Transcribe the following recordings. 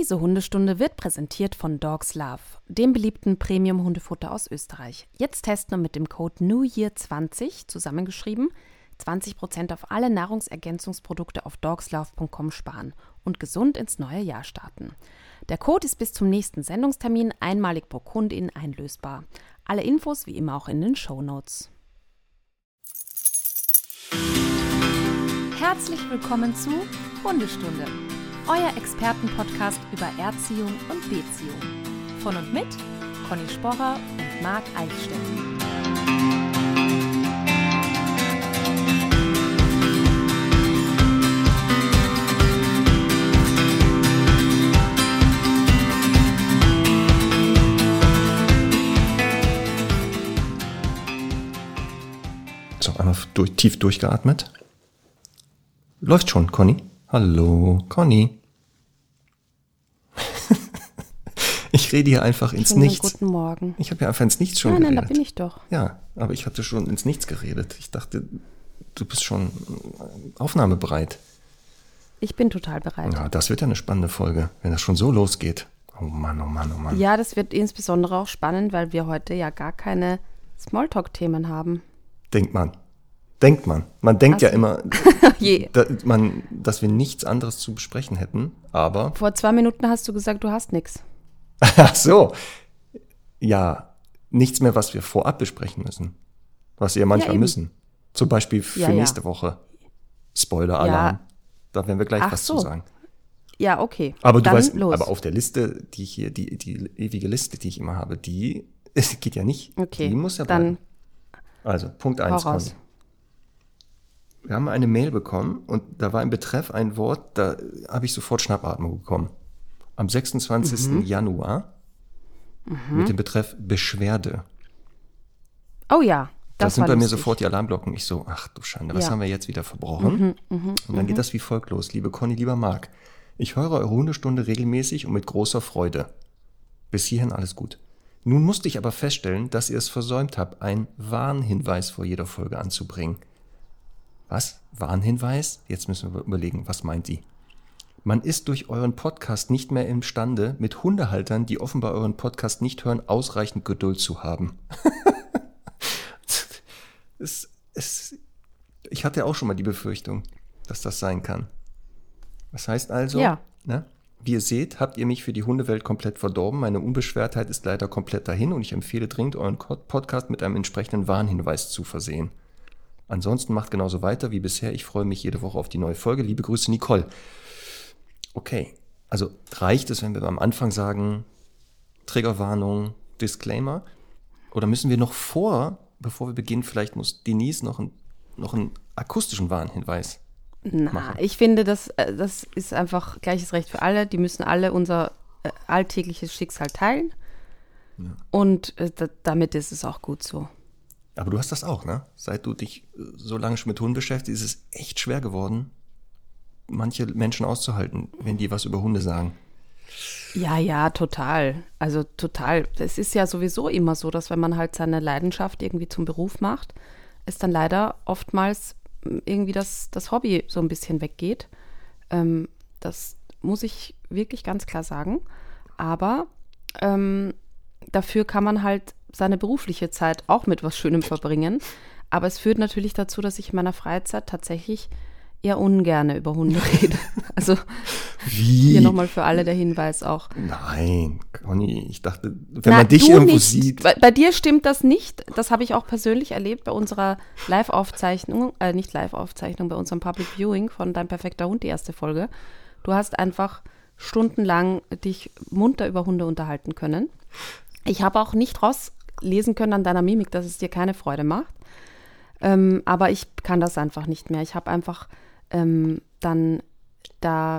Diese Hundestunde wird präsentiert von Dogs Love, dem beliebten Premium-Hundefutter aus Österreich. Jetzt testen und mit dem Code NEWYEAR20 zusammengeschrieben 20% auf alle Nahrungsergänzungsprodukte auf dogslove.com sparen und gesund ins neue Jahr starten. Der Code ist bis zum nächsten Sendungstermin einmalig pro Kundin einlösbar. Alle Infos wie immer auch in den Shownotes. Herzlich willkommen zu Hundestunde, euer Expertenpodcast über Erziehung und Beziehung. Von und mit Conny Sporrer und Marc Eichstätt. So, einmal tief durchgeatmet. Läuft schon, Conny. Hallo, Conny. Ich rede hier einfach ins Nichts. Guten Morgen. Ich habe ja einfach ins Nichts schon geredet. Nein, da bin ich doch. Ja, aber ich hatte schon ins Nichts geredet. Ich dachte, du bist schon aufnahmebereit. Ich bin total bereit. Ja, das wird ja eine spannende Folge, wenn das schon so losgeht. Oh Mann, oh Mann, oh Mann. Ja, das wird insbesondere auch spannend, weil wir heute ja gar keine Smalltalk-Themen haben. Denkt man. Man denkt ja immer, dass wir nichts anderes zu besprechen hätten, aber... Vor 2 Minuten hast du gesagt, du hast nichts. Ach so. Ja, nichts mehr, was wir vorab besprechen müssen. Was wir manchmal müssen. Zum Beispiel für nächste Woche. Spoiler-Alarm. Da werden wir gleich was zu sagen. Ja, okay. Aber du dann weißt, los. aber auf der Liste, die ich hier, die ewige Liste, die ich immer habe, die geht ja nicht. Okay, Die muss ja bleiben. Also, Punkt 1, Conny. Wir haben eine Mail bekommen und da war im Betreff ein Wort, da habe ich sofort Schnappatmung bekommen. Am 26. Januar mit dem Betreff Beschwerde. Oh ja, Da das sind war bei mir lustig. sofort die Alarmglocken. Ich so, ach du Schande, was haben wir jetzt wieder verbrochen? Und dann geht das wie folgt los. Liebe Conny, lieber Marc, ich höre eure Hundestunde regelmäßig und mit großer Freude. Bis hierhin alles gut. Nun musste ich aber feststellen, dass ihr es versäumt habt, einen Warnhinweis vor jeder Folge anzubringen. Was? Warnhinweis? Jetzt müssen wir überlegen, was meint die? Man ist durch euren Podcast nicht mehr imstande, mit Hundehaltern, die offenbar euren Podcast nicht hören, ausreichend Geduld zu haben. Ich hatte auch schon mal die Befürchtung, dass das sein kann. Das heißt also, wie ihr seht, habt ihr mich für die Hundewelt komplett verdorben. Meine Unbeschwertheit ist leider komplett dahin und ich empfehle dringend, euren Podcast mit einem entsprechenden Warnhinweis zu versehen. Ansonsten macht genauso weiter wie bisher. Ich freue mich jede Woche auf die neue Folge. Liebe Grüße, Nicole. Okay, also reicht es, wenn wir am Anfang sagen, Triggerwarnung, Disclaimer? Oder müssen wir noch bevor wir beginnen, vielleicht muss Denise noch einen akustischen Warnhinweis machen? Ich finde, das ist einfach gleiches Recht für alle. Die müssen alle unser alltägliches Schicksal teilen. Ja. Und damit ist es auch gut so. Aber du hast das auch, ne? Seit du dich so lange schon mit Hunden beschäftigst, ist es echt schwer geworden, manche Menschen auszuhalten, wenn die was über Hunde sagen. Ja, total. Also total. Es ist ja sowieso immer so, dass wenn man halt seine Leidenschaft irgendwie zum Beruf macht, es dann leider oftmals irgendwie das Hobby so ein bisschen weggeht. Das muss ich wirklich ganz klar sagen. Aber dafür kann man halt seine berufliche Zeit auch mit was Schönem verbringen. Aber es führt natürlich dazu, dass ich in meiner Freizeit tatsächlich eher ungerne über Hunde rede. Also hier nochmal für alle der Hinweis auch. Nein, Conny, ich dachte, wenn man dich irgendwo sieht. Bei dir stimmt das nicht. Das habe ich auch persönlich erlebt bei unserer Live-Aufzeichnung, nicht Live-Aufzeichnung, bei unserem Public Viewing von Dein perfekter Hund, die erste Folge. Du hast einfach stundenlang dich munter über Hunde unterhalten können. Ich habe auch nicht rauslesen können an deiner Mimik, dass es dir keine Freude macht. Aber ich kann das einfach nicht mehr. Ich habe einfach dann da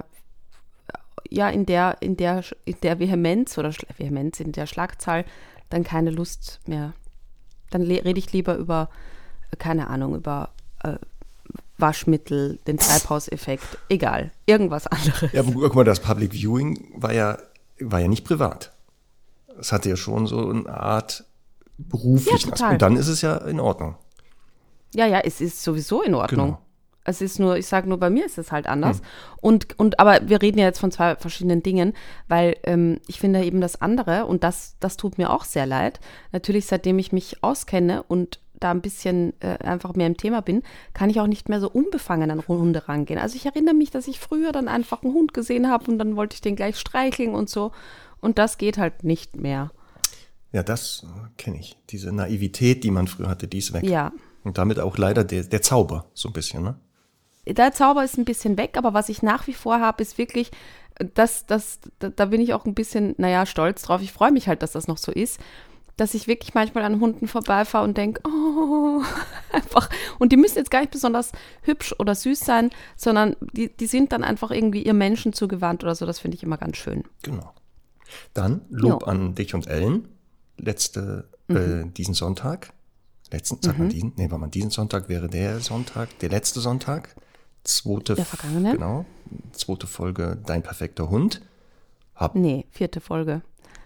in der Vehemenz oder Vehemenz in der Schlagzahl dann keine Lust mehr. Dann rede ich lieber über, keine Ahnung, über Waschmittel, den Treibhauseffekt, egal, irgendwas anderes. Ja, aber guck mal, das Public Viewing war ja nicht privat. Es hatte ja schon so eine Art beruflichen Aspekt. Und dann ist es ja in Ordnung. Ja, es ist sowieso in Ordnung. Genau. Es ist nur, ich sage nur, bei mir ist es halt anders. Aber wir reden ja jetzt von zwei verschiedenen Dingen, weil ich finde eben das andere, und das tut mir auch sehr leid, natürlich seitdem ich mich auskenne und da ein bisschen einfach mehr im Thema bin, kann ich auch nicht mehr so unbefangen an Hunde rangehen. Also ich erinnere mich, dass ich früher dann einfach einen Hund gesehen habe und dann wollte ich den gleich streicheln und so. Und das geht halt nicht mehr. Ja, das kenne ich. Diese Naivität, die man früher hatte, die ist weg. Ja. Und damit auch leider der Zauber, so ein bisschen, ne? Der Zauber ist ein bisschen weg, aber was ich nach wie vor habe, ist wirklich, da bin ich auch ein bisschen, stolz drauf. Ich freue mich halt, dass das noch so ist, dass ich wirklich manchmal an Hunden vorbeifahre und denke, oh, einfach. Und die müssen jetzt gar nicht besonders hübsch oder süß sein, sondern die sind dann einfach irgendwie ihr Menschen zugewandt oder so. Das finde ich immer ganz schön. Genau. Dann Lob an dich und Ellen. Diesen Sonntag. Diesen Sonntag wäre der Sonntag, der letzte Sonntag. Der vergangene? Genau. 2. Folge, Dein perfekter Hund. 4. Folge.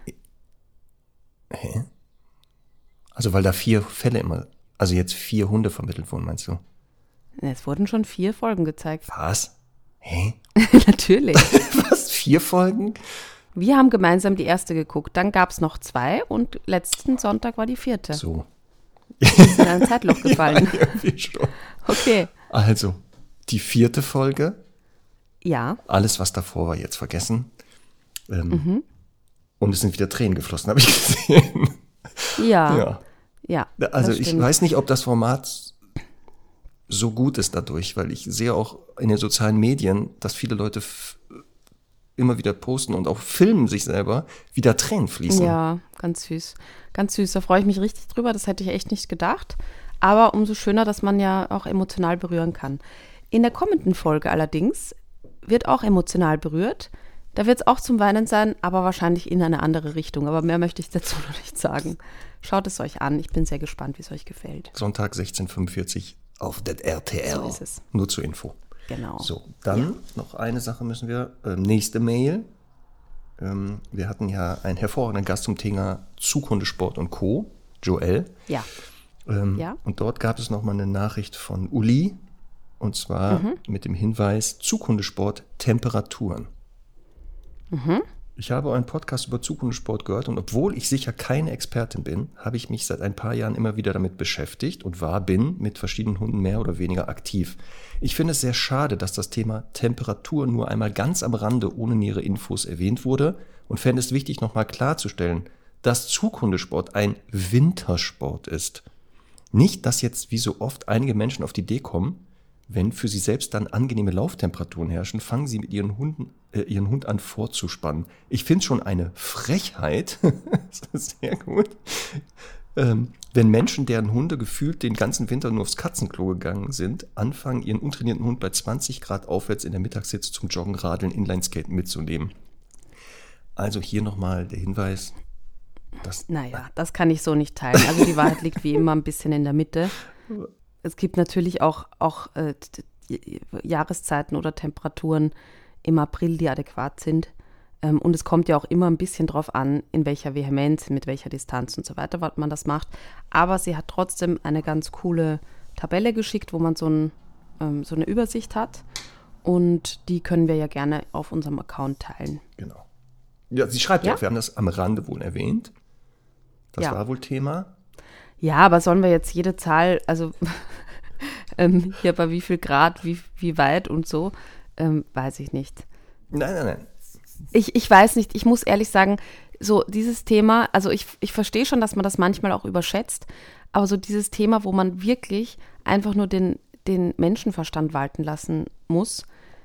Hä? Also weil da 4 Fälle immer, also jetzt 4 Hunde vermittelt wurden, meinst du? Es wurden schon 4 Folgen gezeigt. Was? Hä? Natürlich. Was? 4 Folgen? Wir haben gemeinsam die erste geguckt, dann gab es noch 2 und letzten Sonntag war die 4. So. Ist in ein Zeitloch gefallen. Ja, irgendwie schon. Okay. Also, die 4. Folge. Ja. Alles, was davor war, jetzt vergessen. Und es sind wieder Tränen geflossen, habe ich gesehen. Ja. Also ich weiß nicht, ob das Format so gut ist dadurch, weil ich sehe auch in den sozialen Medien, dass viele Leute immer wieder posten und auch filmen sich selber, wie da Tränen fließen. Ja, ganz süß. Ganz süß, da freue ich mich richtig drüber, das hätte ich echt nicht gedacht. Aber umso schöner, dass man ja auch emotional berühren kann. In der kommenden Folge allerdings wird auch emotional berührt. Da wird es auch zum Weinen sein, aber wahrscheinlich in eine andere Richtung. Aber mehr möchte ich dazu noch nicht sagen. Schaut es euch an, ich bin sehr gespannt, wie es euch gefällt. Sonntag 16:45 auf der RTL. So ist es. Nur zur Info. Genau. So, dann noch eine Sache müssen wir. Nächste Mail. Wir hatten ja einen hervorragenden Gast zum Thema Zughundesport und Co., Joel. Ja. Und dort gab es nochmal eine Nachricht von Uli. Und zwar mit dem Hinweis, Zughundesport, Temperaturen. Ich habe euren Podcast über Zughundesport gehört und obwohl ich sicher keine Expertin bin, habe ich mich seit ein paar Jahren immer wieder damit beschäftigt und bin mit verschiedenen Hunden mehr oder weniger aktiv. Ich finde es sehr schade, dass das Thema Temperatur nur einmal ganz am Rande ohne nähere Infos erwähnt wurde und fände es wichtig, nochmal klarzustellen, dass Zughundesport ein Wintersport ist. Nicht, dass jetzt wie so oft einige Menschen auf die Idee kommen, wenn für sie selbst dann angenehme Lauftemperaturen herrschen, fangen sie mit ihren Hund an vorzuspannen. Ich finde es schon eine Frechheit, das ist sehr gut, wenn Menschen, deren Hunde gefühlt den ganzen Winter nur aufs Katzenklo gegangen sind, anfangen, ihren untrainierten Hund bei 20 Grad aufwärts in der Mittagshitze zum Joggen, Radeln, Inlineskaten mitzunehmen. Also hier nochmal der Hinweis. Das kann ich so nicht teilen. Also die Wahrheit liegt wie immer ein bisschen in der Mitte. Es gibt natürlich auch Jahreszeiten oder Temperaturen im April, die adäquat sind. Und es kommt ja auch immer ein bisschen drauf an, in welcher Vehemenz, mit welcher Distanz und so weiter, was man das macht. Aber sie hat trotzdem eine ganz coole Tabelle geschickt, wo man so eine Übersicht hat. Und die können wir ja gerne auf unserem Account teilen. Genau. Ja, sie schreibt ja auch, wir haben das am Rande wohl erwähnt. Das war wohl Thema. Ja, aber sollen wir jetzt jede Zahl, also hier bei wie viel Grad, wie weit und so, weiß ich nicht. Nein. Ich weiß nicht, ich muss ehrlich sagen, so dieses Thema, also ich verstehe schon, dass man das manchmal auch überschätzt, aber so dieses Thema, wo man wirklich einfach nur den Menschenverstand walten lassen muss,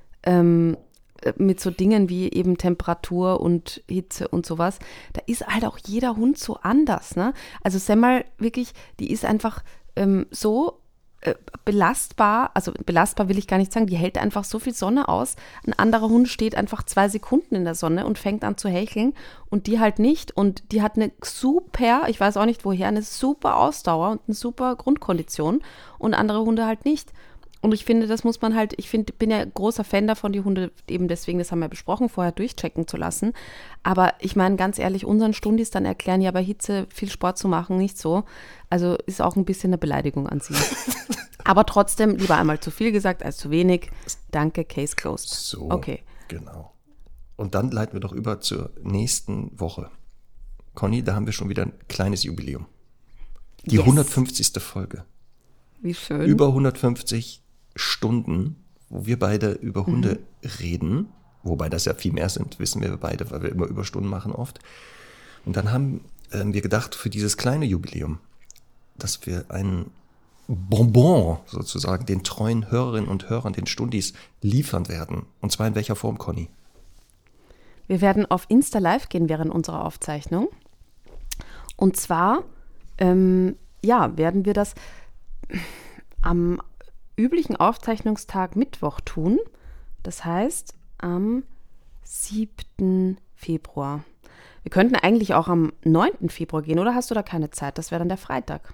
mit so Dingen wie eben Temperatur und Hitze und sowas, da ist halt auch jeder Hund so anders, ne? Also Semmel wirklich, die ist einfach so belastbar, also belastbar will ich gar nicht sagen, die hält einfach so viel Sonne aus. Ein anderer Hund steht einfach 2 Sekunden in der Sonne und fängt an zu hecheln und die halt nicht. Und die hat eine super, ich weiß auch nicht woher, eine super Ausdauer und eine super Grundkondition und andere Hunde halt nicht. Und ich finde, das muss man halt, bin ja großer Fan davon, die Hunde eben deswegen, das haben wir besprochen, vorher durchchecken zu lassen. Aber ich meine, ganz ehrlich, unseren Stundis dann erklären, ja, bei Hitze viel Sport zu machen, nicht so. Also ist auch ein bisschen eine Beleidigung an sie. Aber trotzdem, lieber einmal zu viel gesagt als zu wenig. Danke, Case closed. So, okay. Genau. Und dann leiten wir doch über zur nächsten Woche. Conny, da haben wir schon wieder ein kleines Jubiläum. Die 150. Folge. Wie schön. Über 150 Stunden, wo wir beide über Hunde reden. Wobei das ja viel mehr sind, wissen wir beide, weil wir immer Überstunden machen oft. Und dann haben wir gedacht, für dieses kleine Jubiläum, dass wir ein Bonbon sozusagen den treuen Hörerinnen und Hörern, den Stundis, liefern werden. Und zwar in welcher Form, Conny? Wir werden auf Insta Live gehen während unserer Aufzeichnung. Und zwar, werden wir das am üblichen Aufzeichnungstag Mittwoch tun. Das heißt, am 7. Februar. Wir könnten eigentlich auch am 9. Februar gehen, oder hast du da keine Zeit? Das wäre dann der Freitag.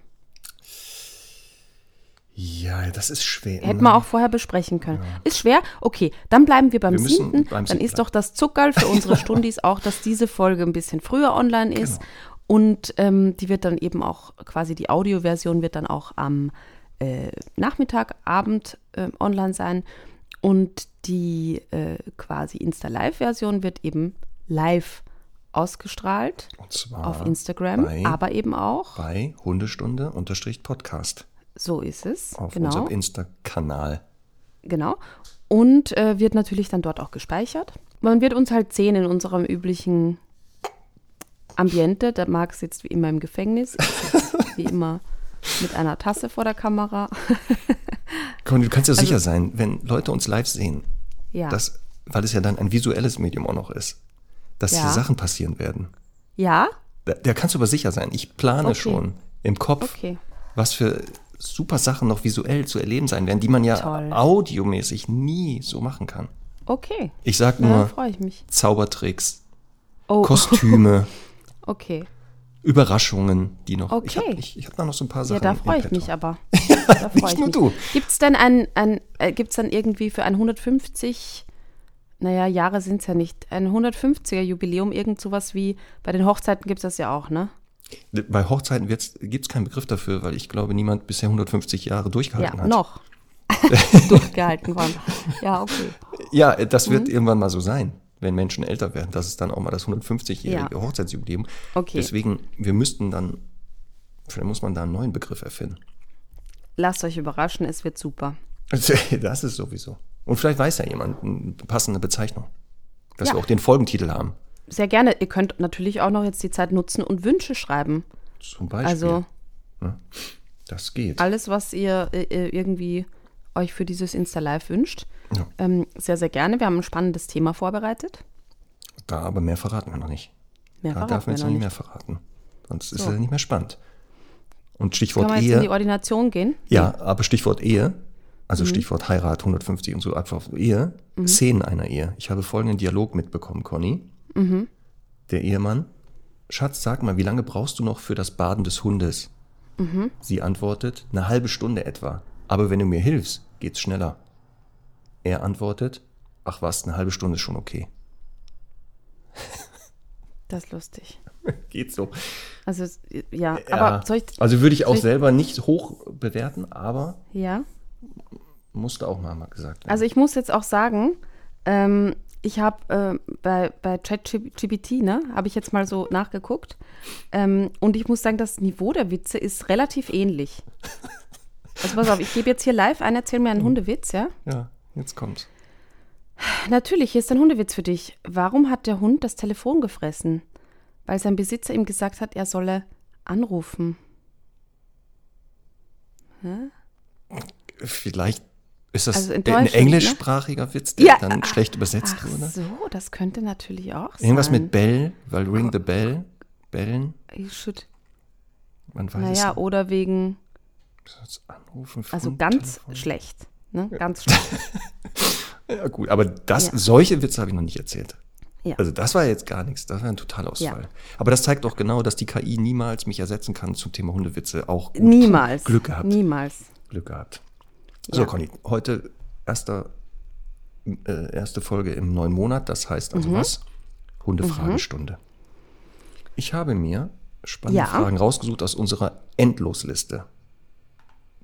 Ja, das ist schwer. Hätten wir auch vorher besprechen können. Ja. Ist schwer? Okay, dann bleiben wir beim 7. Dann ist doch das Zuckerl für unsere Stundis auch, dass diese Folge ein bisschen früher online ist. Genau. Und die wird dann eben auch, quasi die Audioversion wird dann auch am Nachmittag, Abend online sein. Und die quasi Insta-Live-Version wird eben live ausgestrahlt. Und zwar auf Instagram, aber eben auch bei Hundestunde_Podcast. So ist es. Auf unserem Insta-Kanal. Genau. Und wird natürlich dann dort auch gespeichert. Man wird uns halt sehen in unserem üblichen Ambiente. Der Marc sitzt wie immer im Gefängnis. Wie immer mit einer Tasse vor der Kamera. Du kannst ja sicher sein, wenn Leute uns live sehen, weil es ja dann ein visuelles Medium auch noch ist, dass hier Sachen passieren werden. Ja? Da kannst du aber sicher sein. Ich plane schon im Kopf, was für super Sachen noch visuell zu erleben sein werden, die man ja audiomäßig nie so machen kann. Okay. Ich sag nur Zaubertricks, Kostüme, Überraschungen, die noch. Okay. Ich hab da noch so ein paar Sachen. Ja, da freue ich mich aber. Nicht nur du. Gibt's denn gibt's dann irgendwie für ein 150, Jahre sind es ja nicht, ein 150er Jubiläum, irgend sowas wie, bei den Hochzeiten gibt es das ja auch, ne? Bei Hochzeiten gibt es keinen Begriff dafür, weil ich glaube, niemand bisher 150 Jahre durchgehalten hat. Ja, noch. Durchgehalten waren. Ja, okay. Ja, das wird irgendwann mal so sein, wenn Menschen älter werden. Das ist dann auch mal das 150-jährige Hochzeitsjubiläum. Okay. Deswegen, vielleicht muss man da einen neuen Begriff erfinden. Lasst euch überraschen, es wird super. Das ist sowieso. Und vielleicht weiß ja jemand eine passende Bezeichnung, dass wir auch den Folgentitel haben. Sehr gerne. Ihr könnt natürlich auch noch jetzt die Zeit nutzen und Wünsche schreiben. Zum Beispiel. Also, das geht. Alles, was ihr irgendwie euch für dieses Insta-Live wünscht. Ja. Sehr, sehr gerne. Wir haben ein spannendes Thema vorbereitet. Da aber mehr verraten wir noch nicht. Da darf man jetzt noch nicht mehr verraten. Sonst ist es ja nicht mehr spannend. Und Stichwort Ehe. Kann man jetzt in die Ordination gehen? Ja, aber Stichwort Ehe, also Stichwort Heirat, 150 und so, einfach Ehe, Szenen einer Ehe. Ich habe folgenden Dialog mitbekommen, Conny. Der Ehemann: Schatz, sag mal, wie lange brauchst du noch für das Baden des Hundes? Sie antwortet: eine halbe Stunde etwa. Aber wenn du mir hilfst, geht's schneller. Er antwortet: ach was, eine halbe Stunde ist schon okay. Das ist lustig. Geht so. Also, aber also würde ich auch selber nicht hoch bewerten, aber musste auch mal gesagt werden. Also ich muss jetzt auch sagen, ich habe bei ChatGPT, habe ich jetzt mal so nachgeguckt, und ich muss sagen, das Niveau der Witze ist relativ ähnlich. Also pass auf, ich gebe jetzt hier live ein, erzähl mir einen Hundewitz, ja? Ja, jetzt kommt's. Natürlich, hier ist ein Hundewitz für dich. Warum hat der Hund das Telefon gefressen? Weil sein Besitzer ihm gesagt hat, er solle anrufen. Vielleicht ist das also ein englischsprachiger Witz, der dann schlecht übersetzt wurde. Ach so, das könnte natürlich auch sein. Irgendwas mit Bell, weil Ring the Bell, Bellen. Man weiß es. Oder wegen Anrufen, also ganz Telefon. Schlecht. Ne? Ganz schlecht. Ja gut, aber solche Witze habe ich noch nicht erzählt. Ja. Also das war jetzt gar nichts, das war ein Totalausfall. Ja. Aber das zeigt doch genau, dass die KI niemals mich ersetzen kann zum Thema Hundewitze. Auch gut. Niemals. Glück gehabt. Niemals. Glück gehabt. So, Conny, heute erste Folge im neuen Monat, das heißt also was? Hundefragestunde. Ich habe mir spannende Fragen rausgesucht aus unserer Endlosliste.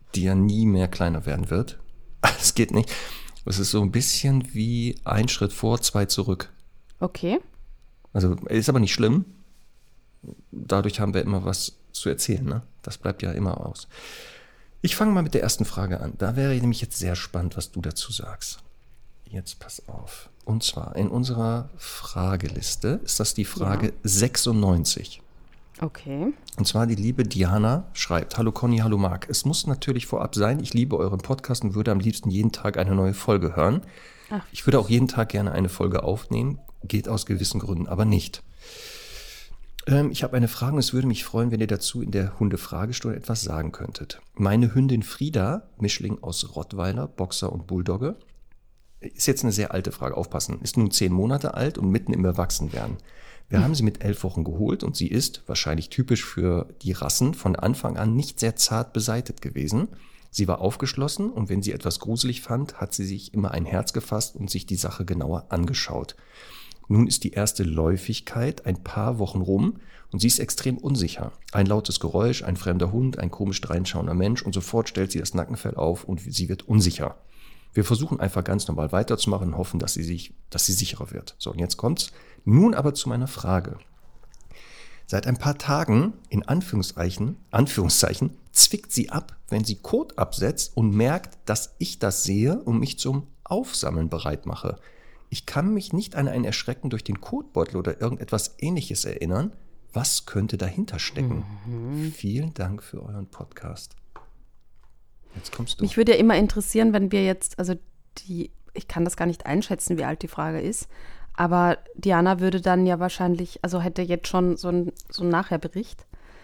die ja nie mehr kleiner werden wird. Es geht nicht. Es ist so ein bisschen wie ein Schritt vor, 2 zurück. Okay. Also ist aber nicht schlimm. Dadurch haben wir immer was zu erzählen, ne? Das bleibt ja immer aus. Ich fange mal mit der ersten Frage an. Da wäre nämlich jetzt sehr spannend, was du dazu sagst. Jetzt pass auf. Und zwar in unserer Frageliste ist das die Frage 96. Okay. Und zwar die liebe Diana schreibt: Hallo Conny, hallo Marc. Es muss natürlich vorab sein, ich liebe euren Podcast und würde am liebsten jeden Tag eine neue Folge hören. Ach. Ich würde auch jeden Tag gerne eine Folge aufnehmen, geht aus gewissen Gründen aber nicht. Ich habe eine Frage und es würde mich freuen, wenn ihr dazu in der Hunde-Fragestunde etwas sagen könntet. Meine Hündin Frieda, Mischling aus Rottweiler, Boxer und Bulldogge, ist jetzt eine sehr alte Frage, aufpassen, ist nun 10 Monate alt und mitten im Erwachsenwerden. Wir haben sie mit 11 Wochen geholt und sie ist, wahrscheinlich typisch für die Rassen, von Anfang an nicht sehr zart beseitet gewesen. Sie war aufgeschlossen und wenn sie etwas gruselig fand, hat sie sich immer ein Herz gefasst und sich die Sache genauer angeschaut. Nun ist die erste Läufigkeit ein paar Wochen rum und sie ist extrem unsicher. Ein lautes Geräusch, ein fremder Hund, ein komisch dreinschauender Mensch und sofort stellt sie das Nackenfell auf und sie wird unsicher. Wir versuchen einfach ganz normal weiterzumachen und hoffen, dass sie sicherer wird. So, und jetzt kommt's. Nun aber zu meiner Frage. Seit ein paar Tagen, in Anführungszeichen, zwickt sie ab, wenn sie Kot absetzt und merkt, dass ich das sehe und mich zum Aufsammeln bereit mache. Ich kann mich nicht an ein Erschrecken durch den Kotbeutel oder irgendetwas Ähnliches erinnern. Was könnte dahinter stecken? Vielen Dank für euren Podcast. Jetzt kommst du. Mich würde ja immer interessieren, wenn wir jetzt, ich kann das gar nicht einschätzen, wie alt die Frage ist, aber Diana würde dann ja wahrscheinlich, also hätte jetzt schon so einen Nachherbericht.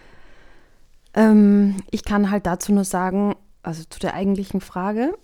Ich kann halt dazu nur sagen, also zu der eigentlichen Frage,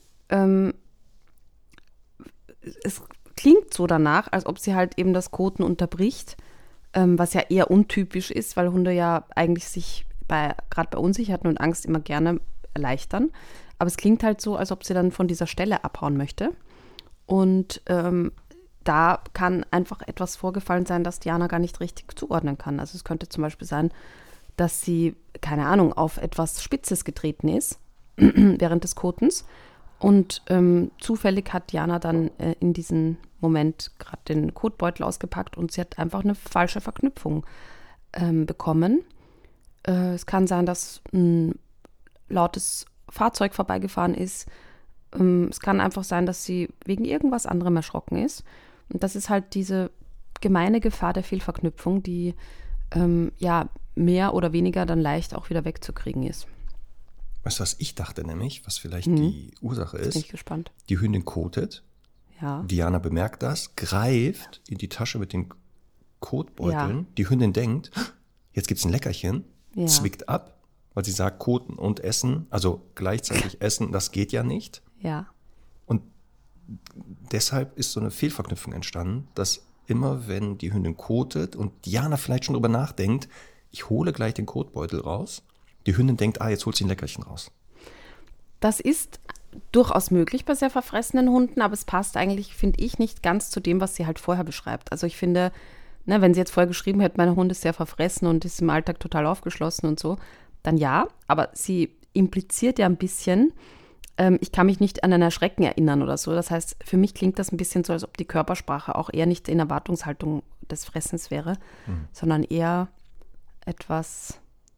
es klingt so danach, als ob sie halt eben das Koten unterbricht, was ja eher untypisch ist, weil Hunde ja eigentlich sich gerade bei Unsicherheiten und Angst immer gerne erleichtern. Aber es klingt halt so, als ob sie dann von dieser Stelle abhauen möchte. Und da kann einfach etwas vorgefallen sein, das Diana gar nicht richtig zuordnen kann. Also es könnte zum Beispiel sein, dass sie, keine Ahnung, auf etwas Spitzes getreten ist während des Kotens. Und zufällig hat Diana dann in diesem Moment gerade den Kotbeutel ausgepackt und sie hat einfach eine falsche Verknüpfung bekommen. Es kann sein, dass ein lautes Fahrzeug vorbeigefahren ist. Es kann einfach sein, dass sie wegen irgendwas anderem erschrocken ist. Und das ist halt diese gemeine Gefahr der Fehlverknüpfung, die mehr oder weniger dann leicht auch wieder wegzukriegen ist. Weißt du, was ich dachte nämlich, was vielleicht die Ursache ist? Bin ich gespannt. Die Hündin kotet. Ja. Diana bemerkt das, greift in die Tasche mit den Kotbeuteln. Ja. Die Hündin denkt, jetzt gibt's ein Leckerchen, zwickt ab, weil sie sagt, koten und essen, also gleichzeitig essen, das geht ja nicht. Ja. Und deshalb ist so eine Fehlverknüpfung entstanden, dass immer, wenn die Hündin kotet und Diana vielleicht schon drüber nachdenkt, ich hole gleich den Kotbeutel raus, die Hündin denkt, jetzt holt sie ein Leckerchen raus. Das ist durchaus möglich bei sehr verfressenen Hunden, aber es passt eigentlich, finde ich, nicht ganz zu dem, was sie halt vorher beschreibt. Also ich finde, wenn sie jetzt vorher geschrieben hätte, mein Hund ist sehr verfressen und ist im Alltag total aufgeschlossen und so, dann ja, aber sie impliziert ja ein bisschen, ich kann mich nicht an ein Erschrecken erinnern oder so. Das heißt, für mich klingt das ein bisschen so, als ob die Körpersprache auch eher nicht in Erwartungshaltung des Fressens wäre, sondern eher etwas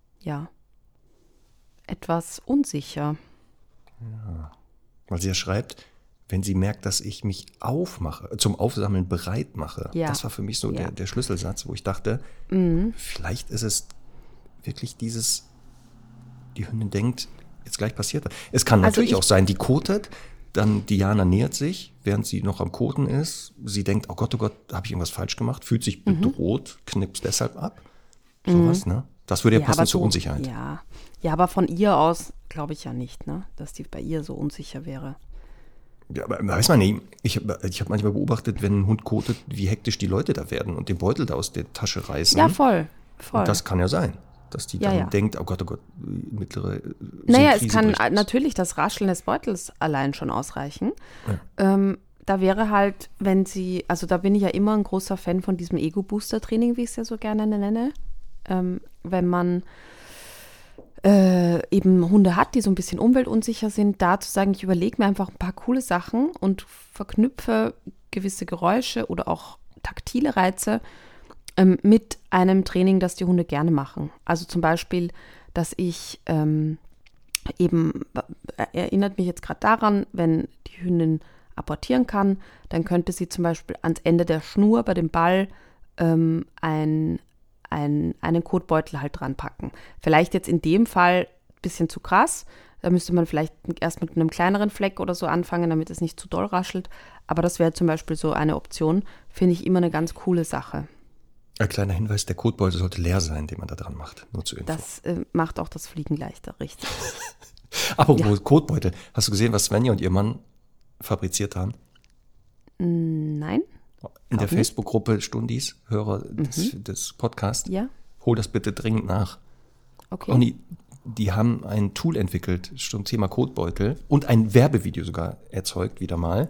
unsicher. Ja, weil sie ja schreibt, wenn sie merkt, dass ich mich zum Aufsammeln bereit mache. Ja. Das war für mich so der Schlüsselsatz, wo ich dachte, vielleicht ist es wirklich die Hündin denkt, jetzt gleich passiert das. Es kann natürlich auch sein, die kotet, dann Diana nähert sich, während sie noch am Koten ist. Sie denkt, oh Gott, habe ich irgendwas falsch gemacht? Fühlt sich bedroht, knipst deshalb ab. Sowas, ne? Das würde ja passen zur Unsicherheit. Ja, aber von ihr aus glaube ich ja nicht, ne? Dass die bei ihr so unsicher wäre. Ja, aber weiß man nicht. Ich hab manchmal beobachtet, wenn ein Hund kotet, wie hektisch die Leute da werden und den Beutel da aus der Tasche reißen. Ja, voll. Und das kann ja sein, dass die dann denkt, oh Gott, mittlere Naja, es kann natürlich das Rascheln des Beutels allein schon ausreichen. Ja. Da wäre halt, wenn sie, also da bin ich ja immer ein großer Fan von diesem Ego-Booster-Training, wie ich es ja so gerne nenne. Wenn man eben Hunde hat, die so ein bisschen umweltunsicher sind, da zu sagen, ich überlege mir einfach ein paar coole Sachen und verknüpfe gewisse Geräusche oder auch taktile Reize mit einem Training, das die Hunde gerne machen. Also zum Beispiel, dass ich erinnert mich jetzt gerade daran, wenn die Hündin apportieren kann, dann könnte sie zum Beispiel ans Ende der Schnur bei dem Ball einen Kotbeutel halt dran packen. Vielleicht jetzt in dem Fall ein bisschen zu krass. Da müsste man vielleicht erst mit einem kleineren Fleck oder so anfangen, damit es nicht zu doll raschelt. Aber das wäre zum Beispiel so eine Option. Finde ich immer eine ganz coole Sache. Ein kleiner Hinweis, der Kotbeutel sollte leer sein, den man da dran macht. Nur zur Info. Das macht auch das Fliegen leichter, richtig. Apropos Kotbeutel. Hast du gesehen, was Svenja und ihr Mann fabriziert haben? Nein. In der Facebook-Gruppe Stundis, Hörer des Podcasts. Ja. Hol das bitte dringend nach. Okay. Und die haben ein Tool entwickelt zum Thema Kotbeutel und ein Werbevideo sogar erzeugt, wieder mal.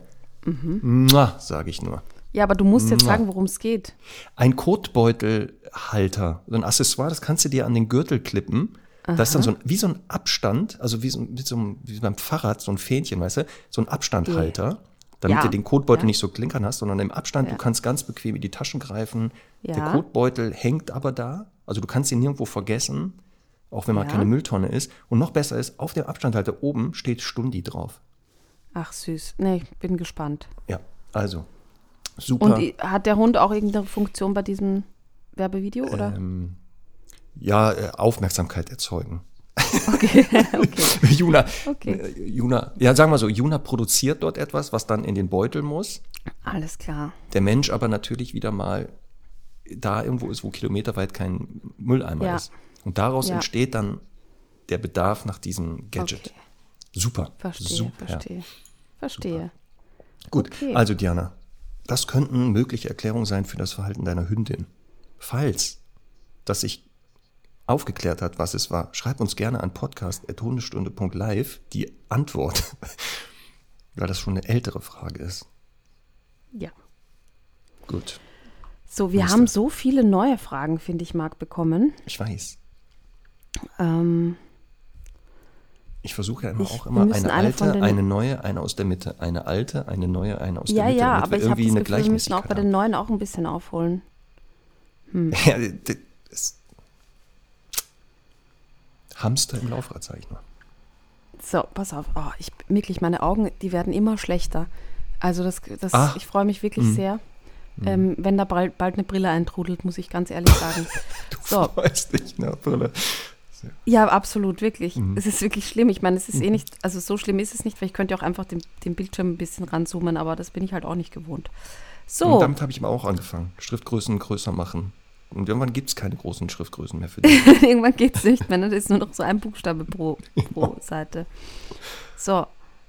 Sage ich nur. Ja, aber du musst jetzt sagen, worum es geht. Ein Kotbeutelhalter, so ein Accessoire, das kannst du dir an den Gürtel klippen. Aha. Das ist dann wie so ein Abstand, also wie beim Fahrrad, so ein Fähnchen, weißt du, so ein Abstandhalter, damit du den Kotbeutel nicht so klinkern hast, sondern im Abstand, du kannst ganz bequem in die Taschen greifen. Ja. Der Kotbeutel hängt aber da, also du kannst ihn nirgendwo vergessen, auch wenn man keine Mülltonne ist. Und noch besser ist, auf dem Abstandhalter oben steht Stundi drauf. Ach süß, nee, ich bin gespannt. Ja, also super. Und hat der Hund auch irgendeine Funktion bei diesem Werbevideo, oder? Aufmerksamkeit erzeugen. Okay. Juna, ja, sagen wir so, Juna produziert dort etwas, was dann in den Beutel muss. Alles klar. Der Mensch aber natürlich wieder mal da irgendwo ist, wo kilometerweit kein Mülleimer ist. Und daraus entsteht dann der Bedarf nach diesem Gadget. Okay. Super. Verstehe. Super. Gut, also Diana, das könnten mögliche Erklärungen sein für das Verhalten deiner Hündin. Falls das sich aufgeklärt hat, was es war, schreib uns gerne an podcast@hundestunde.live die Antwort, weil das schon eine ältere Frage ist. Ja. Gut. So, wir haben so viele neue Fragen, finde ich, Marc, bekommen. Ich weiß. Ich versuche ja auch immer eine alte, eine neue, eine aus der Mitte, eine alte, eine neue, eine aus der Mitte. Ja, aber ich habe das Gefühl, wir müssen auch bei den neuen auch ein bisschen aufholen. Ja, Hamster im Laufrad, sage ich nur. So, pass auf. Oh, wirklich, meine Augen, die werden immer schlechter. Also ich freue mich wirklich sehr. Wenn da bald eine Brille eintrudelt, muss ich ganz ehrlich sagen. Du freust dich nach Brille. Ja, absolut, wirklich. Es ist wirklich schlimm. Ich meine, es ist nicht, also so schlimm ist es nicht, weil ich könnte ja auch einfach den Bildschirm ein bisschen ranzoomen, aber das bin ich halt auch nicht gewohnt. So. Und damit habe ich mal auch angefangen. Schriftgrößen größer machen. Und irgendwann gibt es keine großen Schriftgrößen mehr für dich. Irgendwann geht es nicht mehr, ne? Das ist nur noch so ein Buchstabe pro Seite. So,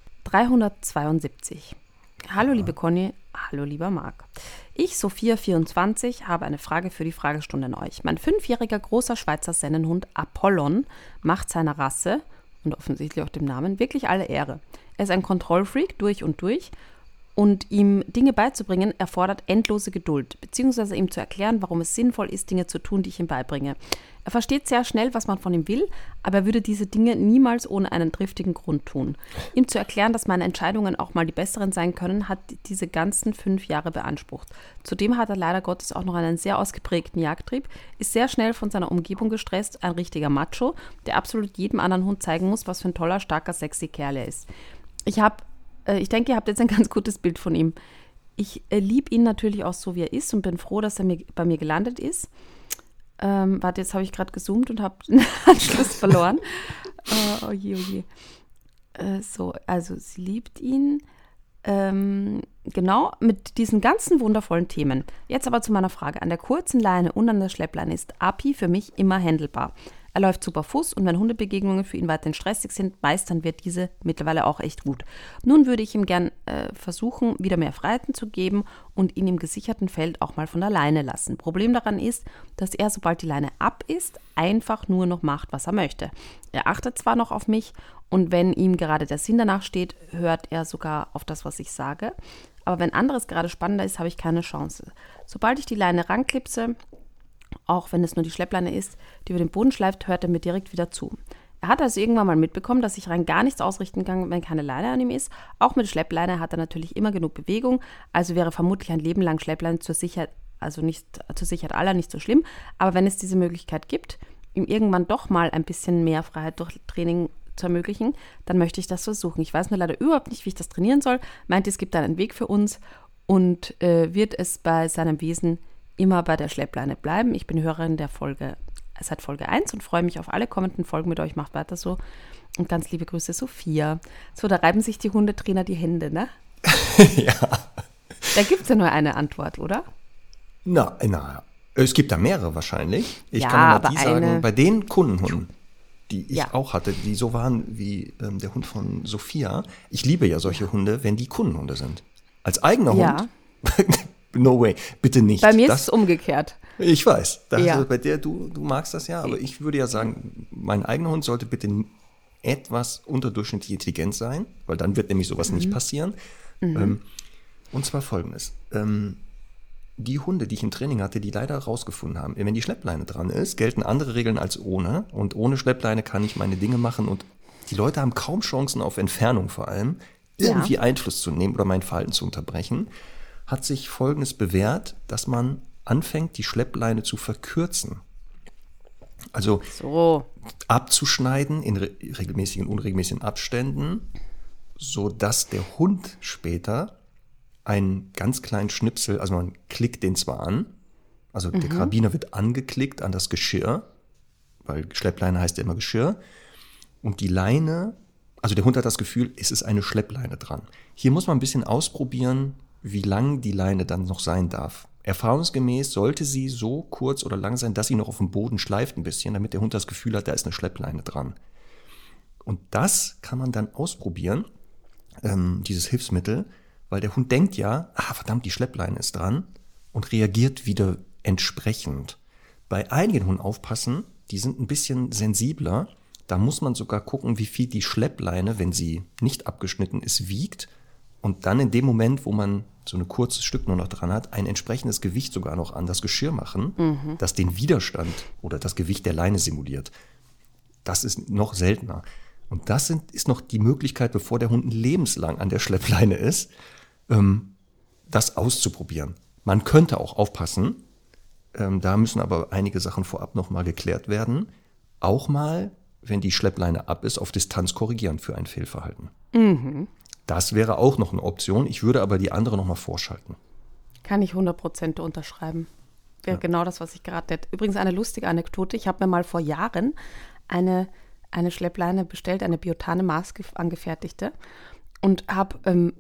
372. Hallo liebe Conny, hallo lieber Marc. Ich, Sophia 24, habe eine Frage für die Fragestunde an euch. Mein 5-jähriger großer Schweizer Sennenhund Apollon macht seiner Rasse und offensichtlich auch dem Namen wirklich alle Ehre. Er ist ein Kontrollfreak durch und durch und ihm Dinge beizubringen erfordert endlose Geduld, beziehungsweise ihm zu erklären, warum es sinnvoll ist, Dinge zu tun, die ich ihm beibringe. Er versteht sehr schnell, was man von ihm will, aber er würde diese Dinge niemals ohne einen triftigen Grund tun. Ihm zu erklären, dass meine Entscheidungen auch mal die besseren sein können, hat diese ganzen 5 Jahre beansprucht. Zudem hat er leider Gottes auch noch einen sehr ausgeprägten Jagdtrieb, ist sehr schnell von seiner Umgebung gestresst, ein richtiger Macho, der absolut jedem anderen Hund zeigen muss, was für ein toller, starker, sexy Kerl er ist. Ich denke, ihr habt jetzt ein ganz gutes Bild von ihm. Ich liebe ihn natürlich auch so, wie er ist und bin froh, dass er bei mir gelandet ist. Warte, jetzt habe ich gerade gezoomt und habe den Anschluss verloren. Oje. So, also sie liebt ihn. Genau, mit diesen ganzen wundervollen Themen. Jetzt aber zu meiner Frage. An der kurzen Leine und an der Schleppleine ist Api für mich immer händelbar. Er läuft super Fuß und wenn Hundebegegnungen für ihn weiterhin stressig sind, meistern wir diese mittlerweile auch echt gut. Nun würde ich ihm gern versuchen, wieder mehr Freiheiten zu geben und ihn im gesicherten Feld auch mal von der Leine lassen. Problem daran ist, dass er, sobald die Leine ab ist, einfach nur noch macht, was er möchte. Er achtet zwar noch auf mich und wenn ihm gerade der Sinn danach steht, hört er sogar auf das, was ich sage. Aber wenn anderes gerade spannender ist, habe ich keine Chance. Sobald ich die Leine ranklipse, auch wenn es nur die Schleppleine ist, die über den Boden schleift, hört er mir direkt wieder zu. Er hat also irgendwann mal mitbekommen, dass ich rein gar nichts ausrichten kann, wenn keine Leine an ihm ist. Auch mit Schleppleine hat er natürlich immer genug Bewegung, also wäre vermutlich ein Leben lang Schleppleine zur Sicherheit, also nicht zur Sicherheit aller, nicht so schlimm. Aber wenn es diese Möglichkeit gibt, ihm irgendwann doch mal ein bisschen mehr Freiheit durch Training zu ermöglichen, dann möchte ich das versuchen. Ich weiß nur leider überhaupt nicht, wie ich das trainieren soll. Meint, es gibt da einen Weg für uns und wird es bei seinem Wesen immer bei der Schleppleine bleiben. Ich bin Hörerin der Folge seit Folge 1 und freue mich auf alle kommenden Folgen mit euch. Macht weiter so. Und ganz liebe Grüße, Sophia. So, da reiben sich die Hundetrainer die Hände, ne? Ja. Da gibt es ja nur eine Antwort, oder? Na, es gibt da mehrere wahrscheinlich. Ich Ja, kann nur aber mal die sagen, bei den Kundenhunden, die ich Ja. auch hatte, die so waren wie der Hund von Sophia. Ich liebe ja solche Hunde, wenn die Kundenhunde sind. Als eigener Ja. Hund, no way, bitte nicht. Bei mir Das- ist es umgekehrt. Ich weiß, Ja. bei der, du magst das ja, aber ich würde ja sagen, mein eigener Hund sollte bitte etwas unterdurchschnittlich intelligent sein, weil dann wird nämlich sowas nicht passieren. Und zwar folgendes. Die Hunde, die ich im Training hatte, die leider rausgefunden haben, wenn die Schleppleine dran ist, gelten andere Regeln als ohne. Und ohne Schleppleine kann ich meine Dinge machen. Und die Leute haben kaum Chancen auf Entfernung vor allem, irgendwie Einfluss zu nehmen oder mein Verhalten zu unterbrechen. Hat sich Folgendes bewährt, dass man anfängt, die Schleppleine zu verkürzen. Also So. abzuschneiden in regelmäßigen und unregelmäßigen Abständen, sodass der Hund später einen ganz kleinen Schnipsel, also man klickt den zwar an, also der Karabiner wird angeklickt an das Geschirr, weil Schleppleine heißt ja immer Geschirr, und die Leine, also der Hund hat das Gefühl, es ist eine Schleppleine dran. Hier muss man ein bisschen ausprobieren, wie lang die Leine dann noch sein darf. Erfahrungsgemäß sollte sie so kurz oder lang sein, dass sie noch auf dem Boden schleift ein bisschen, damit der Hund das Gefühl hat, da ist eine Schleppleine dran. Und das kann man dann ausprobieren, dieses Hilfsmittel, weil der Hund denkt ja, verdammt, die Schleppleine ist dran und reagiert wieder entsprechend. Bei einigen Hunden aufpassen, die sind ein bisschen sensibler. Da muss man sogar gucken, wie viel die Schleppleine, wenn sie nicht abgeschnitten ist, wiegt. Und dann in dem Moment, wo man so ein kurzes Stück nur noch dran hat, ein entsprechendes Gewicht sogar noch an das Geschirr machen, das den Widerstand oder das Gewicht der Leine simuliert. Das ist noch seltener. Und das ist noch die Möglichkeit, bevor der Hund lebenslang an der Schleppleine ist, das auszuprobieren. Man könnte auch aufpassen, da müssen aber einige Sachen vorab nochmal geklärt werden. Auch mal, wenn die Schleppleine ab ist, auf Distanz korrigieren für ein Fehlverhalten. Das wäre auch noch eine Option. Ich würde aber die andere nochmal vorschalten. Kann ich 100% unterschreiben. Wäre genau das, was ich gerade hätte. Übrigens eine lustige Anekdote. Ich habe mir mal vor Jahren eine Schleppleine bestellt, eine Biotane maßangefertigte und habe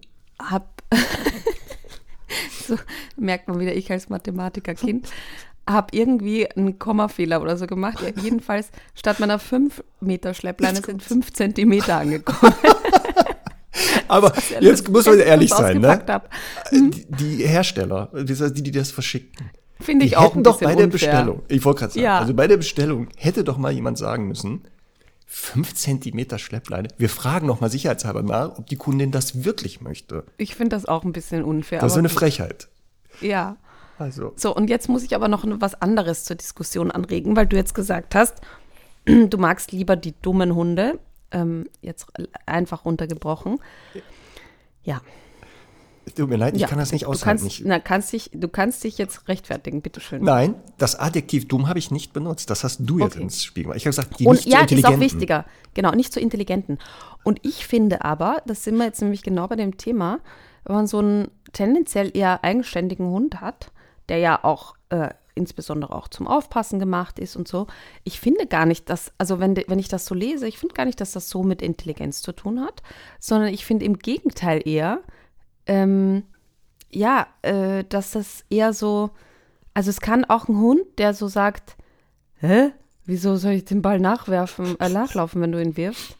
so merkt man wieder, ich als Mathematikerkind, habe irgendwie einen Kommafehler oder so gemacht. Ja, jedenfalls statt meiner 5 Meter Schleppleine sind 5 Zentimeter angekommen. Aber jetzt muss man ehrlich sein, ne? Hab. Die Hersteller, die das verschicken, Finde ich die auch hätten ein doch bisschen bei der unfair. Bestellung, ich wollte gerade sagen, Ja. also bei der Bestellung hätte doch mal jemand sagen müssen, 5 Zentimeter Schleppleine. Wir fragen noch mal sicherheitshalber nach, ob die Kundin das wirklich möchte. Ich finde das auch ein bisschen unfair. Das ist so aber eine gut. Frechheit. Ja. Also. So, und jetzt muss ich aber noch was anderes zur Diskussion anregen, weil du jetzt gesagt hast, du magst lieber die dummen Hunde, jetzt einfach runtergebrochen. Ja. Tut mir leid, ich Ja, kann das nicht du aushalten. du kannst dich jetzt rechtfertigen, bitteschön. Nein, das Adjektiv dumm habe ich nicht benutzt. Das hast du jetzt Okay. ins Spiel gemacht. Ich habe gesagt, die Und nicht so ja, ist auch intelligenten. wichtiger. Genau, nicht so intelligenten. Und ich finde aber, das sind wir jetzt nämlich genau bei dem Thema, wenn man so einen tendenziell eher eigenständigen Hund hat, der ja auch insbesondere auch zum Aufpassen gemacht ist und so. Ich finde gar nicht, dass, also wenn ich das so lese, ich finde gar nicht, dass das so mit Intelligenz zu tun hat, sondern ich finde im Gegenteil eher, dass das eher so, also es kann auch ein Hund, der so sagt, wieso soll ich den Ball nachlaufen, wenn du ihn wirfst?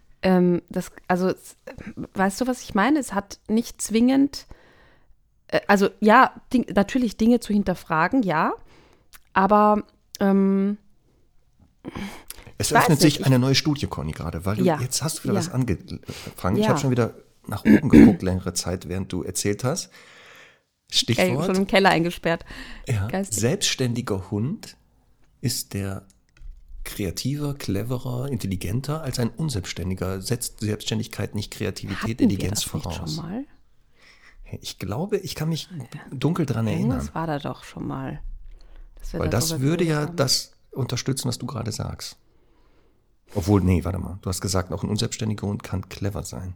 Weißt du, was ich meine? Es hat nicht zwingend, natürlich Dinge zu hinterfragen, ja, aber Es weiß öffnet sich nicht, eine neue Studie, Conny, gerade, weil Ja. jetzt hast du wieder Ja. was angefangen. Ich Ja. habe schon wieder nach oben geguckt, längere Zeit, während du erzählt hast. schon Stichwort, im Keller eingesperrt. ja, Geistig. selbstständiger Hund ist der kreativer, cleverer, intelligenter als ein Unselbstständiger? Setzt Selbstständigkeit nicht Kreativität, Intelligenz voraus? Nicht schon mal? Ich glaube, ich kann mich dunkel dran erinnern. Das war da doch schon mal. Weil das würde ja das unterstützen, was du gerade sagst. Obwohl, nee, warte mal. Du hast gesagt, auch ein unselbstständiger Hund kann clever sein.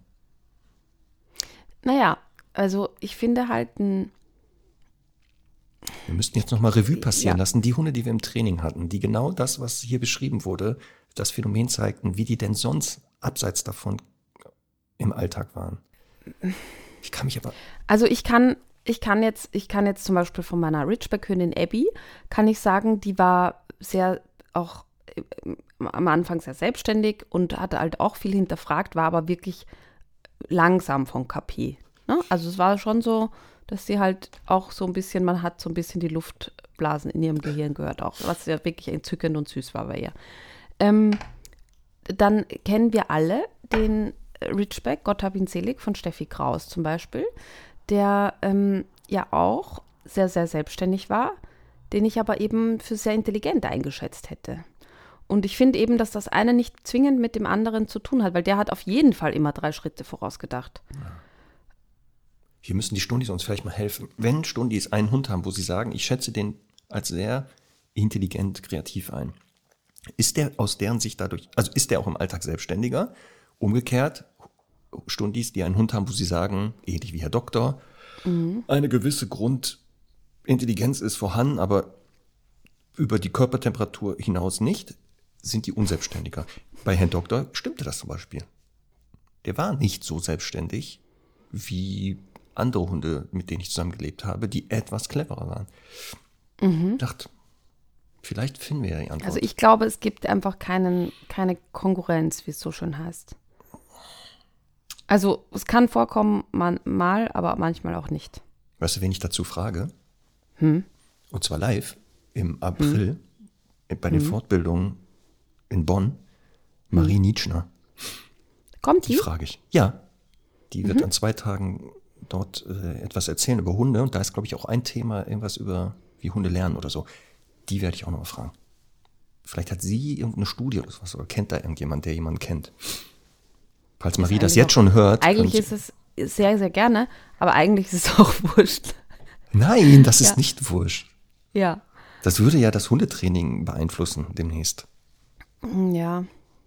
Naja, also ich finde halt Wir müssten jetzt nochmal Revue passieren lassen. Die Hunde, die wir im Training hatten, die genau das, was hier beschrieben wurde, das Phänomen zeigten, wie die denn sonst abseits davon im Alltag waren. Ich kann mich aber... Also ich kann jetzt zum Beispiel von meiner Ridgeback-Hündin Abby, kann ich sagen, die war sehr auch am Anfang sehr selbstständig und hatte halt auch viel hinterfragt, war aber wirklich langsam vom KP. Ne? Also es war schon so, dass sie halt auch so ein bisschen, man hat so ein bisschen die Luftblasen in ihrem Gehirn gehört auch, was ja wirklich entzückend und süß war bei ihr. Dann kennen wir alle den Ridgeback, Gott hab ihn selig, von Steffi Kraus zum Beispiel, der ja auch sehr, sehr selbstständig war, den ich aber eben für sehr intelligent eingeschätzt hätte. Und ich finde eben, dass das eine nicht zwingend mit dem anderen zu tun hat, weil der hat auf jeden Fall immer 3 Schritte vorausgedacht. Ja. Hier müssen die Stundis uns vielleicht mal helfen. Wenn Stundis einen Hund haben, wo sie sagen, ich schätze den als sehr intelligent, kreativ ein, ist der aus deren Sicht dadurch, also ist der auch im Alltag selbstständiger? Umgekehrt, Stundis, die einen Hund haben, wo sie sagen, ähnlich wie Herr Doktor, eine gewisse Grundintelligenz ist vorhanden, aber über die Körpertemperatur hinaus nicht, sind die unselbstständiger. Bei Herrn Doktor stimmte das zum Beispiel. Der war nicht so selbstständig wie andere Hunde, mit denen ich zusammengelebt habe, die etwas cleverer waren. Ich dachte, vielleicht finden wir ja die Antwort. Also ich glaube, es gibt einfach keine Konkurrenz, wie es so schön heißt. Also es kann vorkommen, mal, aber manchmal auch nicht. Weißt du, wen ich dazu frage? Und zwar live im April bei den Fortbildungen in Bonn, Marie Nitschner. Kommt die? Die frage ich. Ja, die wird an 2 Tagen dort etwas erzählen über Hunde. Und da ist, glaube ich, auch ein Thema, irgendwas über wie Hunde lernen oder so. Die werde ich auch noch mal fragen. Vielleicht hat sie irgendeine Studie oder sowas oder kennt da irgendjemand, der jemanden kennt. Falls Marie das jetzt schon hört. Eigentlich ist es sehr, sehr gerne, aber eigentlich ist es auch wurscht. Nein, das ist nicht wurscht. Ja. Das würde ja das Hundetraining beeinflussen demnächst. Ja.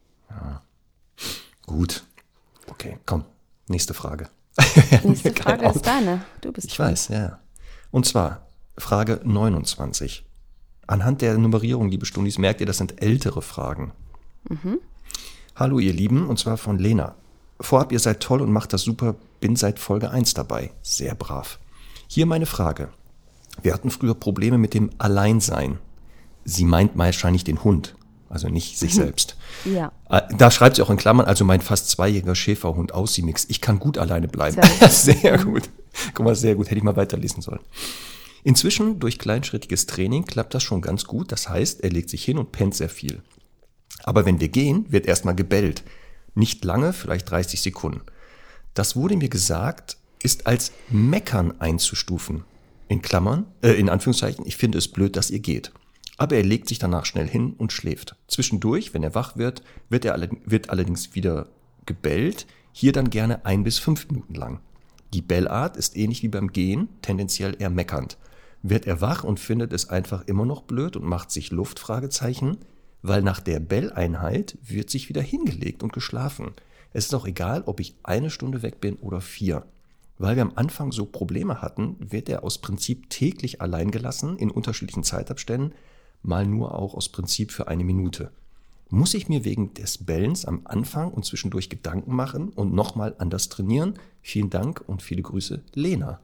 Gut. Okay, komm. Nächste Frage. Nächste Frage ist deine. Du bist Ich weiß, ja. Und zwar Frage 29. Anhand der Nummerierung, liebe Stundis, merkt ihr, das sind ältere Fragen. Hallo ihr Lieben, und zwar von Lena. Vorab, ihr seid toll und macht das super, bin seit Folge 1 dabei. Sehr brav. Hier meine Frage. Wir hatten früher Probleme mit dem Alleinsein. Sie meint wahrscheinlich den Hund, also nicht sich selbst. Ja. Da schreibt sie auch in Klammern, also mein fast 2-jähriger Schäferhund Aussie-Mix. Ich kann gut alleine bleiben. Sehr gut. Guck mal, sehr gut. Hätte ich mal weiterlesen sollen. Inzwischen, durch kleinschrittiges Training, klappt das schon ganz gut. Das heißt, er legt sich hin und pennt sehr viel. Aber wenn wir gehen, wird erstmal gebellt. Nicht lange, vielleicht 30 Sekunden. Das wurde mir gesagt, ist als Meckern einzustufen. In Klammern, in Anführungszeichen, ich finde es blöd, dass ihr geht. Aber er legt sich danach schnell hin und schläft. Zwischendurch, wenn er wach wird, wird allerdings wieder gebellt, hier dann gerne 1 bis 5 Minuten lang. Die Bellart ist ähnlich wie beim Gehen, tendenziell eher meckernd. Wird er wach und findet es einfach immer noch blöd und macht sich Luft, Fragezeichen, weil nach der Belleinheit wird sich wieder hingelegt und geschlafen. Es ist auch egal, ob ich 1 Stunde weg bin oder 4. Weil wir am Anfang so Probleme hatten, wird er aus Prinzip täglich allein gelassen, in unterschiedlichen Zeitabständen, mal nur auch aus Prinzip für 1 Minute. Muss ich mir wegen des Bellens am Anfang und zwischendurch Gedanken machen und nochmal anders trainieren? Vielen Dank und viele Grüße, Lena.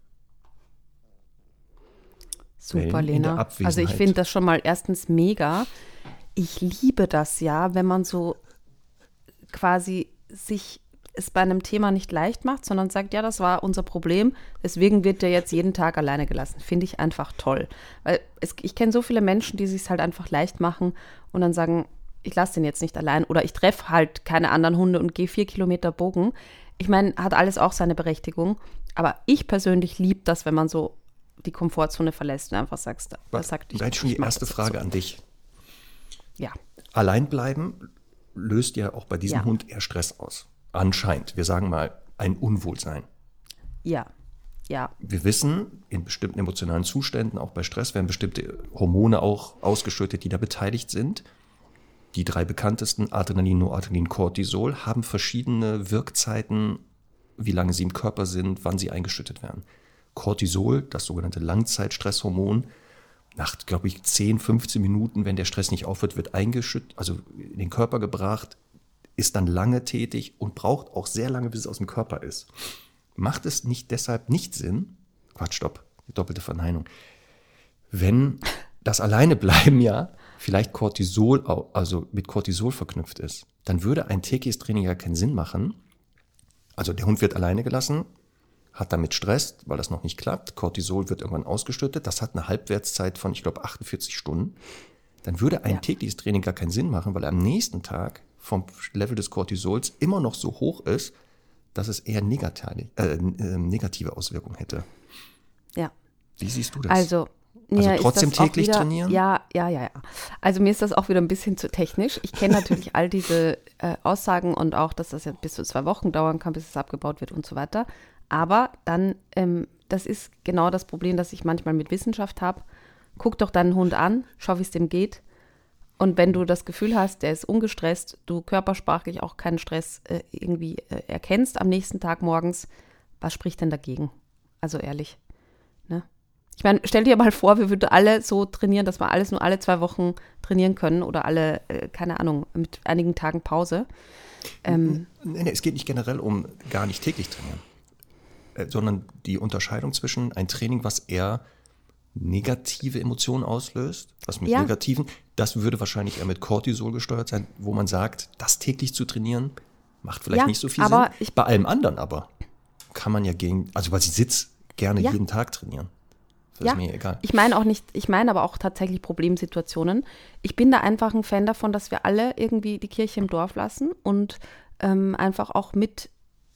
Super, Lena. Also ich finde das schon mal erstens mega. Ich liebe das ja, wenn man so quasi sich es bei einem Thema nicht leicht macht, sondern sagt, ja, das war unser Problem, deswegen wird der jetzt jeden Tag alleine gelassen. Finde ich einfach toll. Weil ich kenne so viele Menschen, die sich es halt einfach leicht machen und dann sagen, ich lasse den jetzt nicht allein oder ich treffe halt keine anderen Hunde und gehe 4 Kilometer Bogen. Ich meine, hat alles auch seine Berechtigung, aber ich persönlich liebe das, wenn man so die Komfortzone verlässt und einfach sagt, da hätte ich schon die erste Frage an dich. Ja. allein bleiben löst ja auch bei diesem Hund eher Stress aus. Anscheinend. Wir sagen mal, ein Unwohlsein. Ja. Wir wissen, in bestimmten emotionalen Zuständen, auch bei Stress, werden bestimmte Hormone auch ausgeschüttet, die da beteiligt sind. Die 3 bekanntesten, Adrenalin, Noradrenalin, Cortisol, haben verschiedene Wirkzeiten, wie lange sie im Körper sind, wann sie eingeschüttet werden. Cortisol, das sogenannte Langzeitstresshormon, nach, glaube ich, 10, 15 Minuten, wenn der Stress nicht aufhört, wird eingeschüttet, also in den Körper gebracht, ist dann lange tätig und braucht auch sehr lange, bis es aus dem Körper ist. Macht es nicht deshalb nicht Sinn, die doppelte Verneinung, wenn das Alleinebleiben vielleicht Cortisol, also mit Cortisol verknüpft ist, dann würde ein tägliches Training ja keinen Sinn machen. Also der Hund wird alleine gelassen, hat damit Stress, weil das noch nicht klappt. Cortisol wird irgendwann ausgeschüttet. Das hat eine Halbwertszeit von, ich glaube, 48 Stunden. Dann würde ein tägliches Training gar keinen Sinn machen, weil er am nächsten Tag vom Level des Cortisols immer noch so hoch ist, dass es eher negative Auswirkungen hätte. Ja. Wie siehst du das? Also trotzdem täglich trainieren? Ja. Also mir ist das auch wieder ein bisschen zu technisch. Ich kenne natürlich all diese Aussagen und auch, dass das jetzt bis zu 2 Wochen dauern kann, bis es abgebaut wird und so weiter. Aber dann, das ist genau das Problem, das ich manchmal mit Wissenschaft habe. Guck doch deinen Hund an, schau, wie es dem geht. Und wenn du das Gefühl hast, der ist ungestresst, du körpersprachlich auch keinen Stress irgendwie erkennst am nächsten Tag morgens, was spricht denn dagegen? Also ehrlich, ne? Ich meine, stell dir mal vor, wir würden alle so trainieren, dass wir alles nur alle 2 Wochen trainieren können oder alle, keine Ahnung, mit einigen Tagen Pause. Nee, es geht nicht generell um gar nicht täglich trainieren, sondern die Unterscheidung zwischen ein Training, was eher negative Emotionen auslöst, was mit negativen, das würde wahrscheinlich eher mit Cortisol gesteuert sein, wo man sagt, das täglich zu trainieren, macht vielleicht nicht so viel Sinn. Bei allem anderen aber kann man weil sie Sitz gerne jeden Tag trainieren. Das ist mir egal. Ich meine aber auch tatsächlich Problemsituationen. Ich bin da einfach ein Fan davon, dass wir alle irgendwie die Kirche im Dorf lassen und einfach auch mit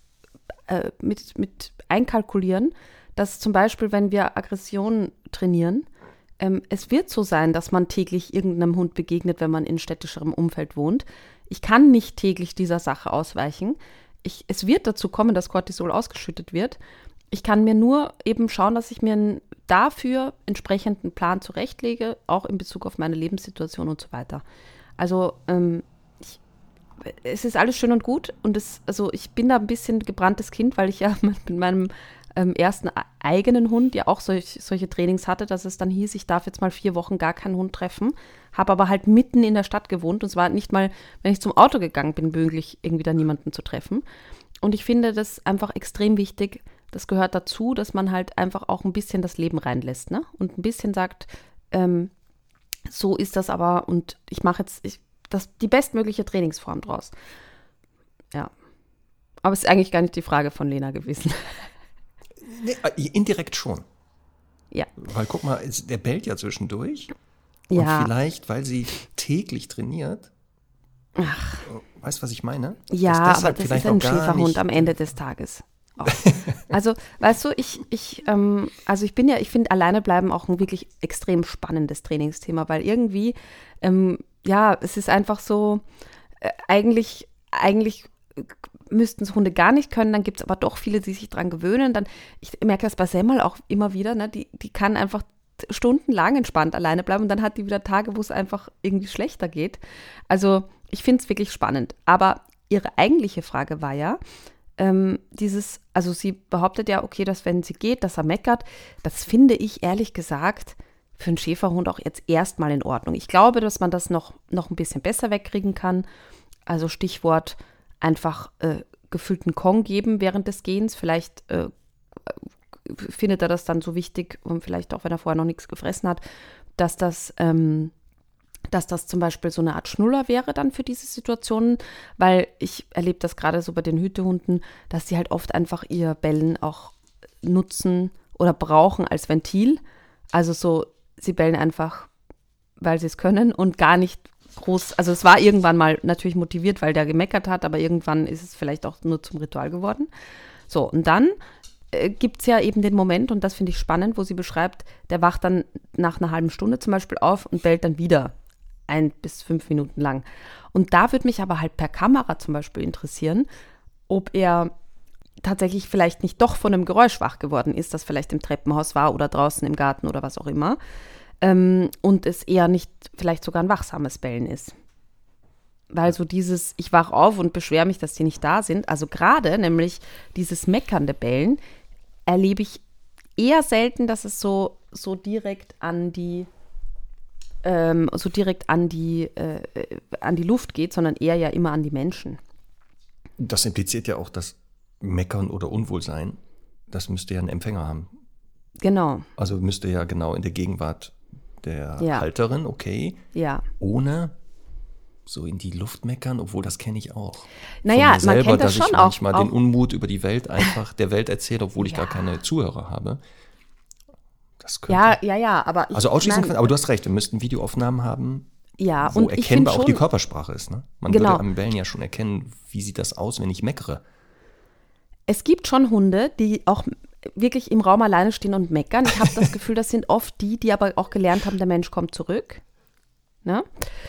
einkalkulieren, dass zum Beispiel, wenn wir Aggression trainieren, es wird so sein, dass man täglich irgendeinem Hund begegnet, wenn man in städtischerem Umfeld wohnt. Ich kann nicht täglich dieser Sache ausweichen. Es wird dazu kommen, dass Cortisol ausgeschüttet wird. Ich kann mir nur eben schauen, dass ich mir einen dafür entsprechenden Plan zurechtlege, auch in Bezug auf meine Lebenssituation und so weiter. Also es ist alles schön und gut und ich bin da ein bisschen gebranntes Kind, weil ich ja mit meinem ersten eigenen Hund ja auch solche Trainings hatte, dass es dann hieß, ich darf jetzt mal 4 Wochen gar keinen Hund treffen, habe aber halt mitten in der Stadt gewohnt und es war nicht mal, wenn ich zum Auto gegangen bin, möglich, irgendwie da niemanden zu treffen. Und ich finde das einfach extrem wichtig. Das gehört dazu, dass man halt einfach auch ein bisschen das Leben reinlässt, ne? Und ein bisschen sagt, so ist das aber und ich mache jetzt die bestmögliche Trainingsform draus. Ja. Aber es ist eigentlich gar nicht die Frage von Lena gewesen. Nee, indirekt schon. Ja. Weil guck mal, der bellt ja zwischendurch. Ja. Und vielleicht, weil sie täglich trainiert. Ach. Weißt du, was ich meine? Ja, aber das ist ein Schäferhund am Ende des Tages. Auch. Also, weißt du, ich finde alleine bleiben auch ein wirklich extrem spannendes Trainingsthema, weil irgendwie, es ist einfach so, eigentlich müssten es Hunde gar nicht können, dann gibt es aber doch viele, die sich dran gewöhnen. Ich merke das bei Semmel auch immer wieder, ne? Die kann einfach stundenlang entspannt alleine bleiben und dann hat die wieder Tage, wo es einfach irgendwie schlechter geht. Also ich finde es wirklich spannend. Aber ihre eigentliche Frage war ja, sie behauptet ja, okay, dass wenn sie geht, dass er meckert, das finde ich ehrlich gesagt für einen Schäferhund auch jetzt erstmal in Ordnung. Ich glaube, dass man das noch ein bisschen besser wegkriegen kann. Also Stichwort einfach gefüllten Kong geben während des Gehens. Vielleicht findet er das dann so wichtig und vielleicht auch, wenn er vorher noch nichts gefressen hat, dass das zum Beispiel so eine Art Schnuller wäre dann für diese Situationen, weil ich erlebe das gerade so bei den Hütehunden, dass sie halt oft einfach ihr Bellen auch nutzen oder brauchen als Ventil. Also so, sie bellen einfach, weil sie es können und gar nicht groß, also es war irgendwann mal natürlich motiviert, weil der gemeckert hat, aber irgendwann ist es vielleicht auch nur zum Ritual geworden. So, und dann gibt es ja eben den Moment, und das finde ich spannend, wo sie beschreibt, der wacht dann nach einer halben Stunde zum Beispiel auf und bellt dann wieder. 1 bis 5 Minuten lang. Und da würde mich aber halt per Kamera zum Beispiel interessieren, ob er tatsächlich vielleicht nicht doch von einem Geräusch wach geworden ist, das vielleicht im Treppenhaus war oder draußen im Garten oder was auch immer. Und es eher nicht vielleicht sogar ein wachsames Bellen ist. Weil so dieses, ich wach auf und beschwere mich, dass die nicht da sind, also gerade nämlich dieses meckernde Bellen, erlebe ich eher selten, dass es so direkt an die Luft geht, sondern eher ja immer an die Menschen. Das impliziert ja auch, dass Meckern oder Unwohlsein, das müsste ja einen Empfänger haben. Genau. Also müsste ja genau in der Gegenwart der Halterin, okay, ohne so in die Luft meckern, obwohl das kenne ich auch. Naja, von mir selber, man kennt das schon auch. Dass ich manchmal den Unmut über die Welt einfach der Welt erzähle, obwohl ich gar keine Zuhörer habe. Das könnte. Ja, aber also ausschließlich, aber du hast recht, wir müssten Videoaufnahmen haben, wo und erkennbar auch die Körpersprache ist. Ne? Man würde am Bellen ja schon erkennen, wie sieht das aus, wenn ich meckere. Es gibt schon Hunde, die auch wirklich im Raum alleine stehen und meckern. Ich habe das Gefühl, das sind oft die aber auch gelernt haben, der Mensch kommt zurück. Ne?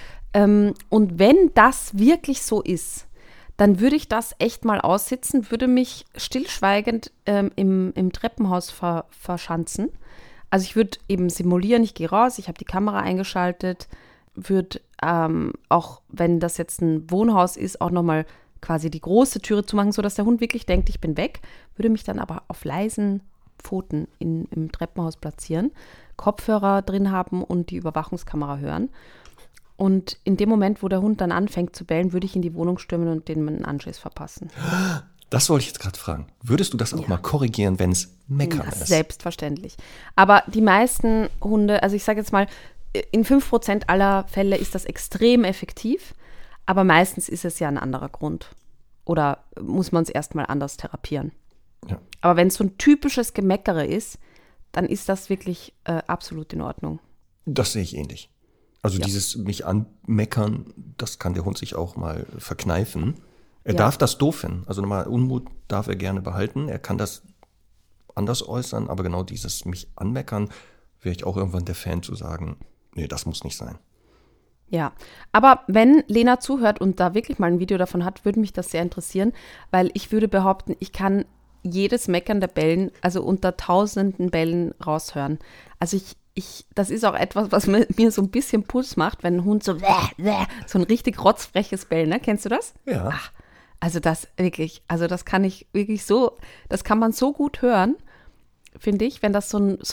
Und wenn das wirklich so ist, dann würde ich das echt mal aussitzen, würde mich stillschweigend im Treppenhaus verschanzen. Also ich würde eben simulieren, ich gehe raus, ich habe die Kamera eingeschaltet, würde auch, wenn das jetzt ein Wohnhaus ist, auch nochmal quasi die große Türe zumachen, sodass der Hund wirklich denkt, ich bin weg, würde mich dann aber auf leisen Pfoten im Treppenhaus platzieren, Kopfhörer drin haben und die Überwachungskamera hören. Und in dem Moment, wo der Hund dann anfängt zu bellen, würde ich in die Wohnung stürmen und den einen Anschiss verpassen. Das wollte ich jetzt gerade fragen. Würdest du das auch mal korrigieren, wenn es Meckern ist? Selbstverständlich. Aber die meisten Hunde, also ich sage jetzt mal, in 5% aller Fälle ist das extrem effektiv, aber meistens ist es ja ein anderer Grund. Oder muss man es erstmal anders therapieren. Ja. Aber wenn es so ein typisches Gemeckere ist, dann ist das wirklich absolut in Ordnung. Das sehe ich ähnlich. Also dieses mich anmeckern, das kann der Hund sich auch mal verkneifen. Er darf das doof finden. Also nochmal, Unmut darf er gerne behalten. Er kann das anders äußern, aber genau dieses mich anmeckern, wäre ich auch irgendwann der Fan zu sagen, nee, das muss nicht sein. Ja, aber wenn Lena zuhört und da wirklich mal ein Video davon hat, würde mich das sehr interessieren, weil ich würde behaupten, ich kann jedes Meckern der Bellen, also unter tausenden Bellen raushören. Also das ist auch etwas, was mir so ein bisschen Puls macht, wenn ein Hund so ein richtig rotzfreches Bellen, ne? Kennst du das? Ja. Ach, also das wirklich, also das kann ich wirklich so, das kann man so gut hören, finde ich, wenn das so ein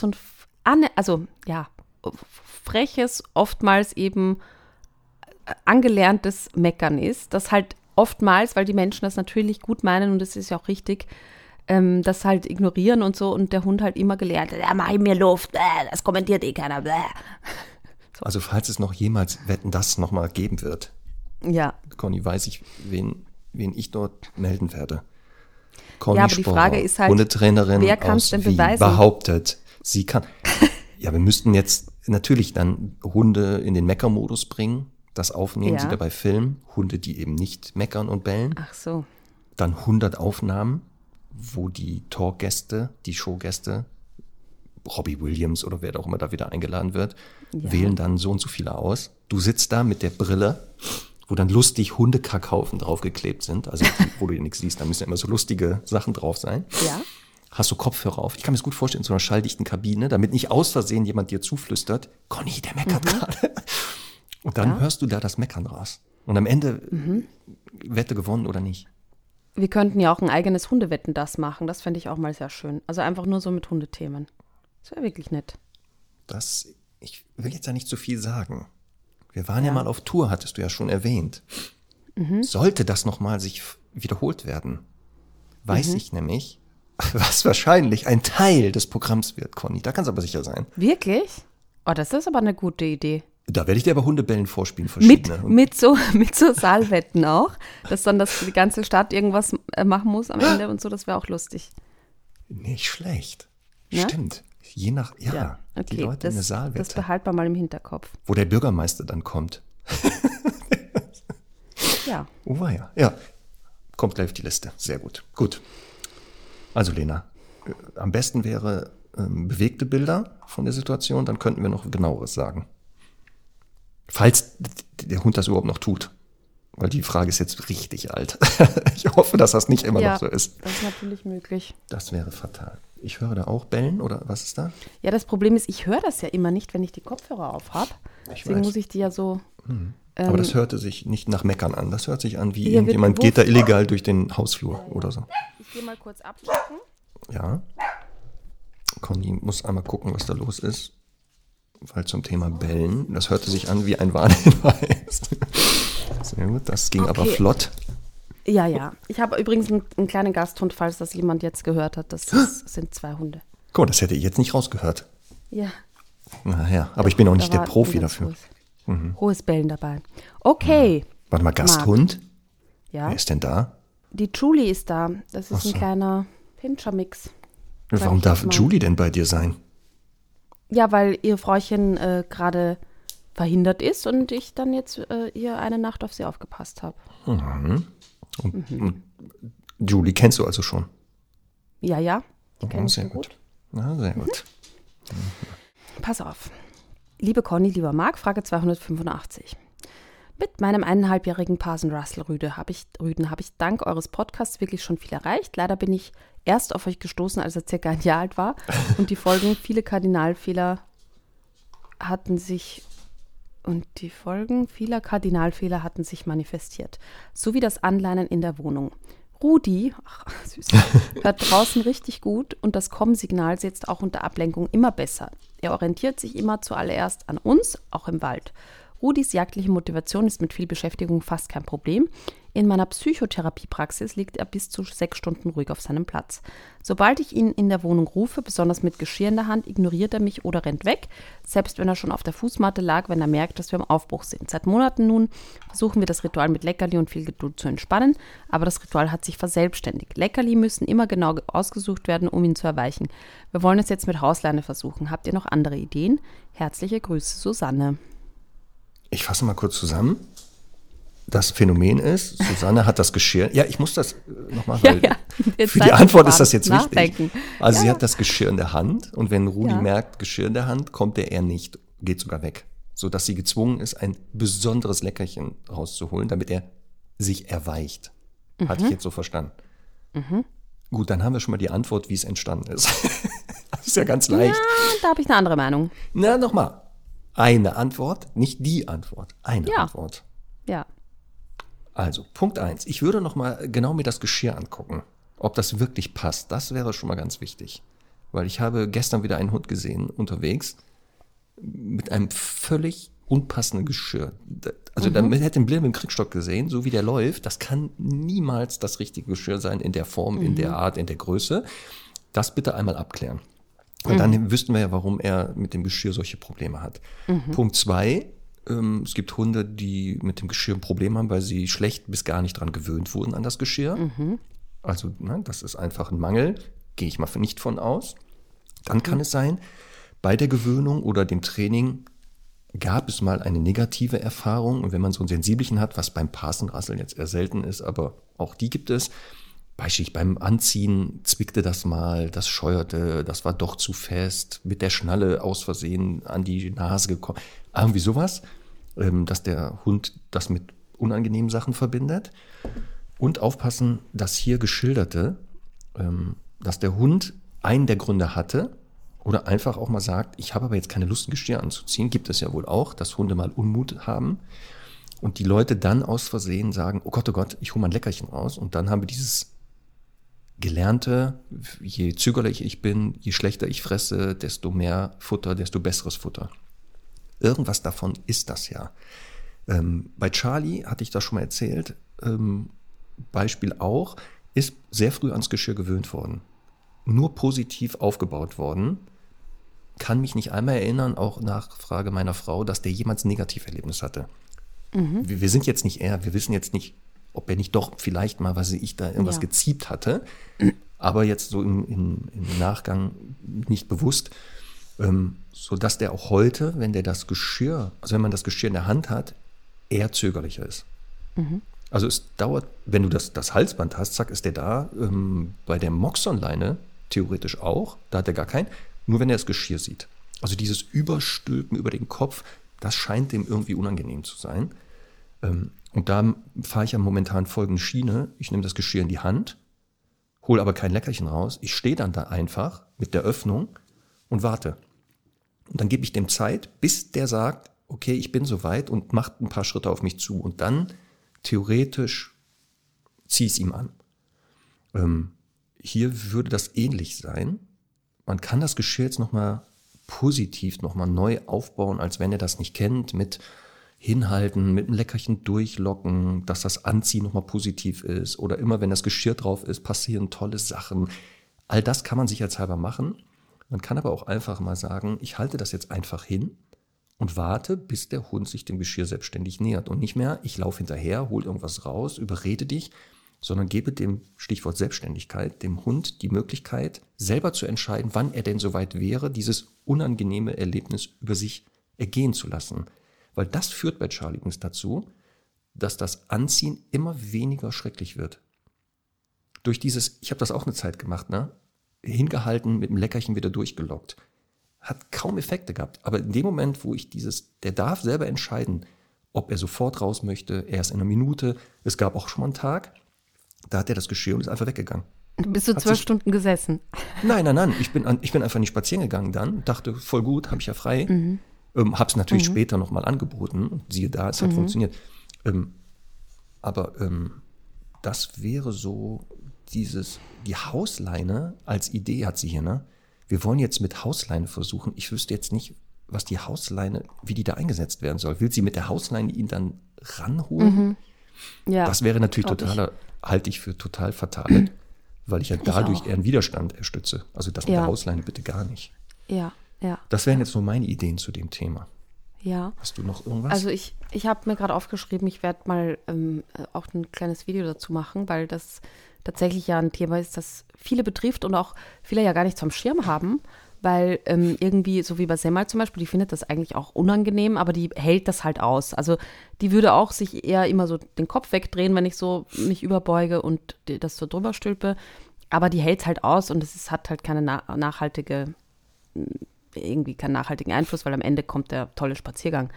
freches, oftmals eben angelerntes Meckern ist, das halt oftmals, weil die Menschen das natürlich gut meinen und das ist ja auch richtig, das halt ignorieren und so und der Hund halt immer gelernt, mach ich mir Luft, das kommentiert eh keiner. So. Also falls es noch jemals Wetten, das nochmal geben wird, Conny, weiß ich, wen ich dort melden werde. Conny aber die Frage ist halt, Hundetrainerin wer kann es denn beweisen? Behauptet, sie kann. Ja, wir müssten jetzt natürlich dann Hunde in den Meckermodus bringen, das aufnehmen, sie dabei filmen, Hunde, die eben nicht meckern und bellen. Ach so. Dann 100 Aufnahmen, wo die Talkgäste, die Showgäste, Robbie Williams oder wer auch immer da wieder eingeladen wird, wählen dann so und so viele aus. Du sitzt da mit der Brille, wo dann lustig Hundekackhaufen draufgeklebt sind, also wo du ja nichts siehst, da müssen ja immer so lustige Sachen drauf sein. Ja. Hast du Kopfhörer auf. Ich kann mir das gut vorstellen, in so einer schalldichten Kabine, damit nicht aus Versehen jemand dir zuflüstert, Conny, der meckert gerade. Und dann hörst du da das Meckern raus. Und am Ende Wette gewonnen oder nicht. Wir könnten ja auch ein eigenes Hundewetten das machen. Das fände ich auch mal sehr schön. Also einfach nur so mit Hundethemen. Das wäre wirklich nett. Ich will jetzt ja nicht zu viel sagen. Wir waren ja mal auf Tour, hattest du ja schon erwähnt. Sollte das nochmal sich wiederholt werden, weiß ich nämlich, was wahrscheinlich ein Teil des Programms wird, Conny. Da kannst du aber sicher sein. Wirklich? Oh, das ist aber eine gute Idee. Da werde ich dir aber Hundebellen vorspielen, verschiedene. Mit so Saalwetten auch, dass dann die ganze Stadt irgendwas machen muss am Ende und so, das wäre auch lustig. Nicht schlecht. Ja? Stimmt. Je nach, okay, die Leute in der Saalwette. Das behalten wir mal im Hinterkopf. Wo der Bürgermeister dann kommt. Ja. Oh weia. Ja, kommt gleich auf die Liste. Sehr gut. Gut. Also Lena, am besten wäre bewegte Bilder von der Situation, dann könnten wir noch genaueres sagen. Falls der Hund das überhaupt noch tut. Weil die Frage ist jetzt richtig alt. Ich hoffe, dass das nicht immer noch so ist. Das ist natürlich möglich. Das wäre fatal. Ich höre da auch bellen oder was ist da? Ja, das Problem ist, ich höre das ja immer nicht, wenn ich die Kopfhörer auf habe. Deswegen muss ich die ja so... Aber das hörte sich nicht nach Meckern an. Das hört sich an, wie irgendjemand geht da illegal durch den Hausflur oder so. Ich gehe mal kurz abchecken. Ja. Conny muss einmal gucken, was da los ist. Weil zum Thema Bellen, das hörte sich an wie ein Warnhinweis. Sehr gut, das ging aber flott. Ja. Ich habe übrigens einen kleinen Gasthund, falls das jemand jetzt gehört hat. Das sind 2 Hunde. Guck mal, das hätte ich jetzt nicht rausgehört. Ja. Naja, aber ich bin auch nicht der Profi dafür. Hohes Bellen dabei. Okay. Warte mal, Gasthund? Marc. Ja. Wer ist denn da? Die Julie ist da. Das ist ein kleiner Pinscher-Mix. Warum darf Julie denn bei dir sein? Ja, weil ihr Fräuchen gerade verhindert ist und ich dann jetzt hier eine Nacht auf sie aufgepasst habe. Und Julie kennst du also schon? Ja. Die kenn ich sehr schon gut. Na, sehr gut. Pass auf. Liebe Conny, lieber Marc, Frage 285. Mit meinem 1,5-jährigen Parson Russell Rüden habe ich dank eures Podcasts wirklich schon viel erreicht. Leider bin ich erst auf euch gestoßen, als er circa ein Jahr alt war und die viele Kardinalfehler hatten sich manifestiert. Sowie das Anleinen in der Wohnung. Rudi, süß, hört draußen richtig gut und das Komm-Signal setzt auch unter Ablenkung immer besser. Er orientiert sich immer zuallererst an uns, auch im Wald. Rudis jagdliche Motivation ist mit viel Beschäftigung fast kein Problem. In meiner Psychotherapiepraxis liegt er bis zu 6 Stunden ruhig auf seinem Platz. Sobald ich ihn in der Wohnung rufe, besonders mit Geschirr in der Hand, ignoriert er mich oder rennt weg, selbst wenn er schon auf der Fußmatte lag, wenn er merkt, dass wir im Aufbruch sind. Seit Monaten nun versuchen wir das Ritual mit Leckerli und viel Geduld zu entspannen, aber das Ritual hat sich verselbstständigt. Leckerli müssen immer genau ausgesucht werden, um ihn zu erweichen. Wir wollen es jetzt mit Hausleine versuchen. Habt ihr noch andere Ideen? Herzliche Grüße, Susanne. Ich fasse mal kurz zusammen. Das Phänomen ist, Susanne hat das Geschirr. Ja, ich muss das nochmal, weil für die Antwort ist das jetzt wichtig. Also sie hat das Geschirr in der Hand und wenn Rudi merkt, Geschirr in der Hand, kommt der eher nicht, geht sogar weg. Sodass sie gezwungen ist, ein besonderes Leckerchen rauszuholen, damit er sich erweicht. Hatte ich jetzt so verstanden. Gut, dann haben wir schon mal die Antwort, wie es entstanden ist. Das ist ja ganz leicht. Ja, da habe ich eine andere Meinung. Na, nochmal. Eine Antwort, nicht die Antwort. Eine Antwort. Ja. Also, Punkt 1. Ich würde noch mal genau mir das Geschirr angucken, ob das wirklich passt. Das wäre schon mal ganz wichtig. Weil ich habe gestern wieder einen Hund gesehen unterwegs mit einem völlig unpassenden Geschirr. Also damit hätte ein Blind mit dem Kriegsstock gesehen, so wie der läuft, das kann niemals das richtige Geschirr sein in der Form, in der Art, in der Größe. Das bitte einmal abklären. Und dann wüssten wir ja, warum er mit dem Geschirr solche Probleme hat. Punkt 2. Es gibt Hunde, die mit dem Geschirr ein Problem haben, weil sie schlecht bis gar nicht dran gewöhnt wurden an das Geschirr. Also das ist einfach ein Mangel, gehe ich mal nicht von aus. Dann kann es sein, bei der Gewöhnung oder dem Training gab es mal eine negative Erfahrung. Und wenn man so einen Sensibelchen hat, was beim Parsenrasseln jetzt eher selten ist, aber auch die gibt es, beispielsweise beim Anziehen zwickte das mal, das scheuerte, das war doch zu fest, mit der Schnalle aus Versehen an die Nase gekommen. Irgendwie sowas, dass der Hund das mit unangenehmen Sachen verbindet. Und aufpassen, dass hier geschilderte, dass der Hund einen der Gründe hatte oder einfach auch mal sagt, ich habe aber jetzt keine Lust, ein Geschirr anzuziehen. Gibt es ja wohl auch, dass Hunde mal Unmut haben. Und die Leute dann aus Versehen sagen, oh Gott, ich hole mal ein Leckerchen raus. Und dann haben wir dieses Gelernte, je zögerlich ich bin, je schlechter ich fresse, desto mehr Futter, desto besseres Futter. Irgendwas davon ist das ja. Bei Charlie hatte ich das schon mal erzählt, Beispiel auch, ist sehr früh ans Geschirr gewöhnt worden. Nur positiv aufgebaut worden. Kann mich nicht einmal erinnern, auch nach Frage meiner Frau, dass der jemals ein Negativerlebnis hatte. Wir sind jetzt nicht wir wissen jetzt nicht, ob er nicht doch vielleicht mal, was ich da irgendwas geziebt hatte, aber jetzt so im Nachgang nicht bewusst, sodass der auch heute, wenn der das Geschirr, also wenn man das Geschirr in der Hand hat, eher zögerlicher ist. Also es dauert, wenn du das Halsband hast, zack, ist der da, bei der Moxonleine theoretisch auch, da hat er gar keinen, nur wenn er das Geschirr sieht. Also dieses Überstülpen über den Kopf, Das scheint dem irgendwie unangenehm zu sein. Und da fahre ich ja momentan folgende Schiene. Ich nehme das Geschirr in die Hand, hole aber kein Leckerchen raus. Ich stehe dann da einfach mit der Öffnung und warte. Und dann gebe ich dem Zeit, bis der sagt, okay, ich bin soweit und macht ein paar Schritte auf mich zu. Und dann theoretisch ziehe ich es ihm an. Hier würde das ähnlich sein. Man kann das Geschirr jetzt nochmal positiv, nochmal neu aufbauen, als wenn er das nicht kennt, mit hinhalten, mit einem Leckerchen durchlocken, dass das Anziehen nochmal positiv ist. Oder immer, wenn das Geschirr drauf ist, passieren tolle Sachen. All das kann man sicherheitshalber machen. Man kann aber auch einfach mal sagen, ich halte das jetzt einfach hin und warte, bis der Hund sich dem Geschirr selbstständig nähert. Und nicht mehr, ich laufe hinterher, hole irgendwas raus, überrede dich, sondern gebe dem Stichwort Selbstständigkeit, dem Hund die Möglichkeit, selber zu entscheiden, wann er denn soweit wäre, dieses unangenehme Erlebnis über sich ergehen zu lassen. Weil das führt bei Charlie übrigens dazu, dass das Anziehen immer weniger schrecklich wird. Durch dieses, ich habe das auch eine Zeit gemacht, hingehalten, mit dem Leckerchen wieder durchgelockt. Hat kaum Effekte gehabt. Aber in dem Moment, wo ich der darf selber entscheiden, ob er sofort raus möchte, erst in einer Minute. Es gab auch schon mal einen Tag, da hat er das Geschirr und ist einfach weggegangen. Bist du 12 Stunden gesessen? Nein. Ich bin einfach nicht spazieren gegangen dann. Dachte, voll gut, habe ich ja frei. Habe es natürlich später nochmal angeboten. Und siehe da, es hat funktioniert. Aber das wäre so die Hausleine als Idee hat sie hier, ne? Wir wollen jetzt mit Hausleine versuchen. Ich wüsste jetzt nicht, was die Hausleine, wie die da eingesetzt werden soll. Will sie mit der Hausleine ihn dann ranholen? Ja, das wäre natürlich halte ich für total fatal, weil ich ja dadurch eher einen Widerstand erstütze. Also das mit der Hausleine bitte gar nicht. Ja. Das wären jetzt nur meine Ideen zu dem Thema. Ja. Hast du noch irgendwas? Also ich habe mir gerade aufgeschrieben, ich werde mal auch ein kleines Video dazu machen, weil das tatsächlich ja ein Thema ist, das viele betrifft und auch viele ja gar nicht am Schirm haben, weil irgendwie, so wie bei Semmel zum Beispiel, die findet das eigentlich auch unangenehm, aber die hält das halt aus. Also die würde auch sich eher immer so den Kopf wegdrehen, wenn ich so mich überbeuge und das so drüber stülpe, aber die hält es halt aus und hat halt keine nachhaltigen Einfluss, weil am Ende kommt der tolle Spaziergang.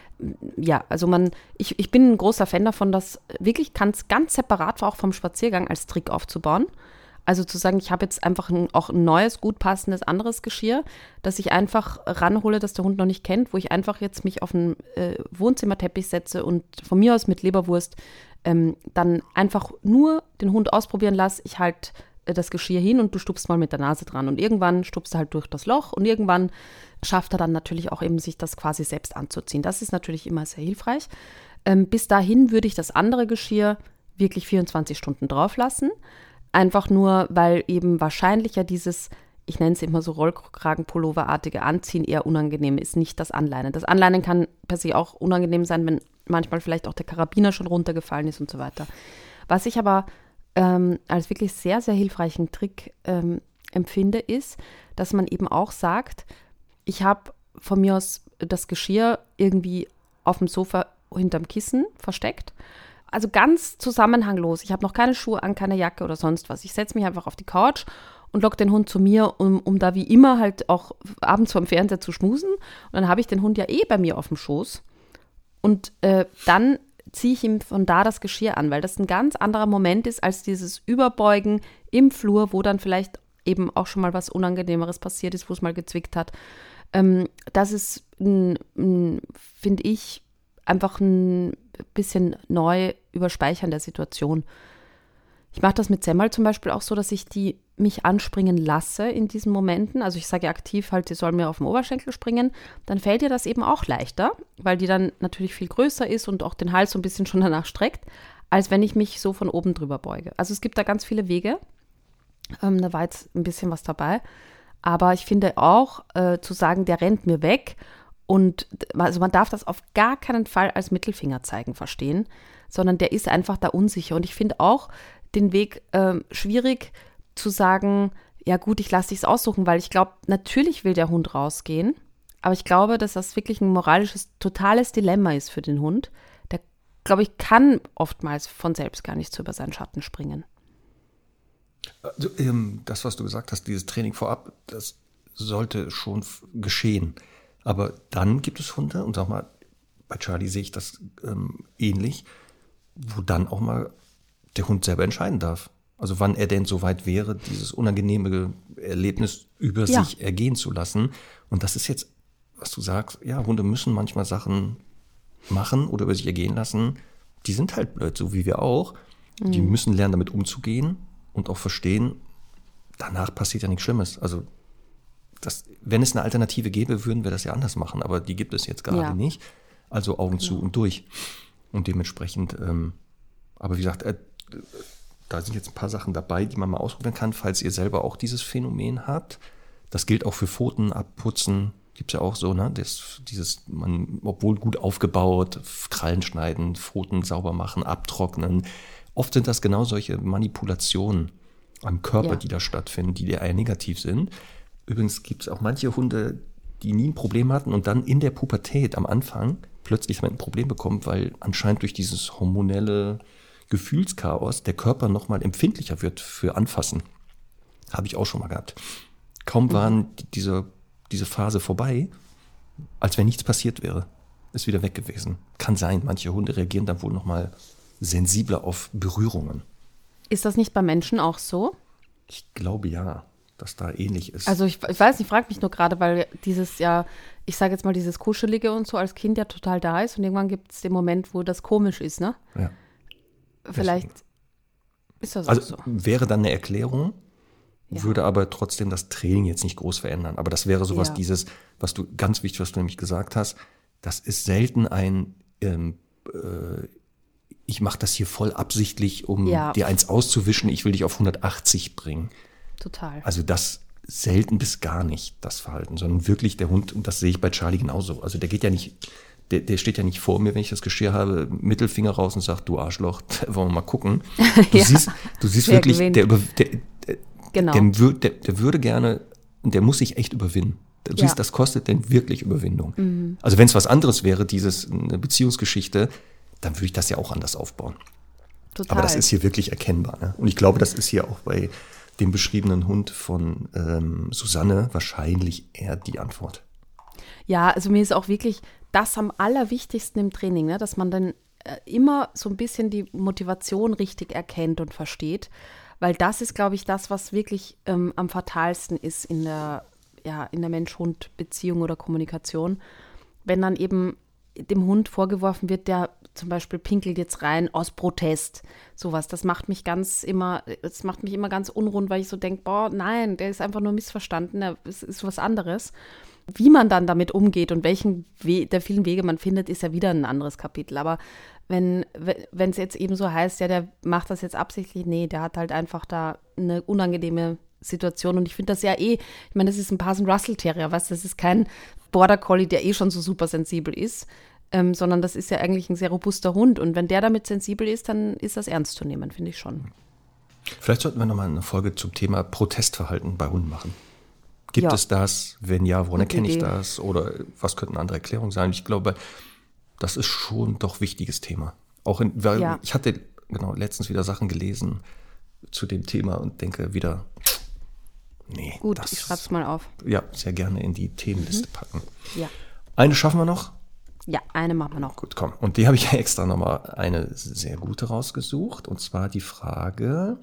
Ja, also ich bin ein großer Fan davon, dass wirklich ganz separat auch vom Spaziergang als Trick aufzubauen. Also zu sagen, ich habe jetzt einfach auch ein neues, gut passendes, anderes Geschirr, das ich einfach ranhole, das der Hund noch nicht kennt, wo ich einfach jetzt mich auf einen Wohnzimmerteppich setze und von mir aus mit Leberwurst dann einfach nur den Hund ausprobieren lasse. Ich halte das Geschirr hin und du stupst mal mit der Nase dran. Und irgendwann stupst er halt durch das Loch und irgendwann schafft er dann natürlich auch eben, sich das quasi selbst anzuziehen. Das ist natürlich immer sehr hilfreich. Bis dahin würde ich das andere Geschirr wirklich 24 Stunden drauf lassen. Einfach nur, weil eben wahrscheinlich ja dieses, ich nenne es immer so Rollkragenpulloverartige Anziehen eher unangenehm ist, nicht das Anleinen. Das Anleinen kann per se auch unangenehm sein, wenn manchmal vielleicht auch der Karabiner schon runtergefallen ist und so weiter. Was ich aber als wirklich sehr, sehr hilfreichen Trick empfinde, ist, dass man eben auch sagt, ich habe von mir aus das Geschirr irgendwie auf dem Sofa hinterm Kissen versteckt. Also ganz zusammenhanglos. Ich habe noch keine Schuhe an, keine Jacke oder sonst was. Ich setze mich einfach auf die Couch und locke den Hund zu mir, um da wie immer halt auch abends vorm Fernseher zu schmusen. Und dann habe ich den Hund ja bei mir auf dem Schoß. Und dann ziehe ich ihm von da das Geschirr an, weil das ein ganz anderer Moment ist als dieses Überbeugen im Flur, wo dann vielleicht eben auch schon mal was Unangenehmeres passiert ist, wo es mal gezwickt hat. Das ist, finde ich, einfach ein bisschen neu überspeichern der Situation. Ich mache das mit Semmel zum Beispiel auch so, dass ich die mich anspringen lasse in diesen Momenten. Also ich sage aktiv halt, sie soll mir auf den Oberschenkel springen. Dann fällt ihr das eben auch leichter, weil die dann natürlich viel größer ist und auch den Hals so ein bisschen schon danach streckt, als wenn ich mich so von oben drüber beuge. Also es gibt da ganz viele Wege. Da war jetzt ein bisschen was dabei. Aber ich finde auch, zu sagen, der rennt mir weg. Und also man darf das auf gar keinen Fall als Mittelfinger zeigen verstehen, sondern der ist einfach da unsicher. Und ich finde auch den Weg schwierig zu sagen, ja gut, ich lasse dich's aussuchen, weil ich glaube, natürlich will der Hund rausgehen, aber ich glaube, dass das wirklich ein moralisches, totales Dilemma ist für den Hund. Der, glaube ich, kann oftmals von selbst gar nicht so über seinen Schatten springen. Also, das, was du gesagt hast, dieses Training vorab, das sollte schon geschehen. Aber dann gibt es Hunde, und sag mal, bei Charlie sehe ich das ähnlich, wo dann auch mal der Hund selber entscheiden darf. Also wann er denn so weit wäre, dieses unangenehme Erlebnis über sich ergehen zu lassen. Und das ist jetzt, was du sagst, ja, Hunde müssen manchmal Sachen machen oder über sich ergehen lassen. Die sind halt blöd, so wie wir auch. Die müssen lernen, damit umzugehen und auch verstehen, danach passiert ja nichts Schlimmes. Also wenn es eine Alternative gäbe, würden wir das ja anders machen. Aber die gibt es jetzt gerade nicht. Also Augen zu und durch. Und dementsprechend, aber wie gesagt, da sind jetzt ein paar Sachen dabei, die man mal ausprobieren kann, falls ihr selber auch dieses Phänomen habt. Das gilt auch für Pfoten abputzen. Gibt es ja auch so, ne? Man, obwohl gut aufgebaut, Krallen schneiden, Pfoten sauber machen, abtrocknen. Oft sind das genau solche Manipulationen am Körper, die da stattfinden, die eher negativ sind. Übrigens gibt es auch manche Hunde, die nie ein Problem hatten und dann in der Pubertät am Anfang plötzlich ein Problem bekommen, weil anscheinend durch dieses hormonelle Gefühlschaos der Körper nochmal empfindlicher wird für Anfassen. Habe ich auch schon mal gehabt. Kaum waren diese Phase vorbei, als wenn nichts passiert wäre. Ist wieder weg gewesen. Kann sein, manche Hunde reagieren dann wohl nochmal sensibler auf Berührungen. Ist das nicht bei Menschen auch so? Ich glaube ja, dass da ähnlich ist. Also ich weiß, ich frage mich nur gerade, weil dieses ich sage jetzt mal, dieses Kuschelige und so als Kind ja total da ist und irgendwann gibt es den Moment, wo das komisch ist, ne? Ja. Vielleicht ist das also auch so. Wäre dann eine Erklärung, würde aber trotzdem das Training jetzt nicht groß verändern. Aber das wäre sowas, was du nämlich gesagt hast, das ist selten ich mache das hier voll absichtlich, um dir eins auszuwischen, ich will dich auf 180 bringen. Total. Also das selten bis gar nicht, das Verhalten, sondern wirklich der Hund, und das sehe ich bei Charlie genauso. Also der geht ja nicht, der steht ja nicht vor mir, wenn ich das Geschirr habe, Mittelfinger raus und sagt, du Arschloch, wollen wir mal gucken. Du siehst wirklich, der würde gerne, und der muss sich echt überwinden. Du siehst, das kostet denn wirklich Überwindung. Mhm. Also wenn es was anderes wäre, eine Beziehungsgeschichte, dann würde ich das ja auch anders aufbauen. Total. Aber das ist hier wirklich erkennbar. Ne? Und ich glaube, das ist hier auch bei dem beschriebenen Hund von Susanne wahrscheinlich eher die Antwort. Ja, also mir ist auch wirklich das am allerwichtigsten im Training, ne? Dass man dann immer so ein bisschen die Motivation richtig erkennt und versteht. Weil das ist, glaube ich, das, was wirklich am fatalsten ist in der Mensch-Hund-Beziehung oder Kommunikation. Wenn dann eben dem Hund vorgeworfen wird, der zum Beispiel pinkelt jetzt rein aus Protest, sowas. Das macht mich immer ganz unrund, weil ich so denke, boah, nein, der ist einfach nur missverstanden, es ist was anderes. Wie man dann damit umgeht und welchen der vielen Wege man findet, ist ja wieder ein anderes Kapitel. Aber wenn es jetzt eben so heißt, ja, der macht das jetzt absichtlich, nee, der hat halt einfach da eine unangenehme Situation. Und ich finde das ich meine, das ist ein Parson Russell Terrier, das ist kein Border Collie, der schon so super sensibel ist, sondern das ist ja eigentlich ein sehr robuster Hund. Und wenn der damit sensibel ist, dann ist das ernst zu nehmen, finde ich schon. Vielleicht sollten wir nochmal eine Folge zum Thema Protestverhalten bei Hunden machen. Gibt es das? Wenn ja, woran erkenne ich das? Oder was könnten andere Erklärungen sein? Ich glaube, das ist schon doch ein wichtiges Thema. Ich hatte letztens wieder Sachen gelesen zu dem Thema und denke wieder, nee. Gut, ich schreibe es mal auf. Ja, sehr gerne in die Themenliste packen. Ja. Eine schaffen wir noch? Ja, eine machen wir noch. Gut, komm. Und die habe ich extra nochmal eine sehr gute rausgesucht. Und zwar die Frage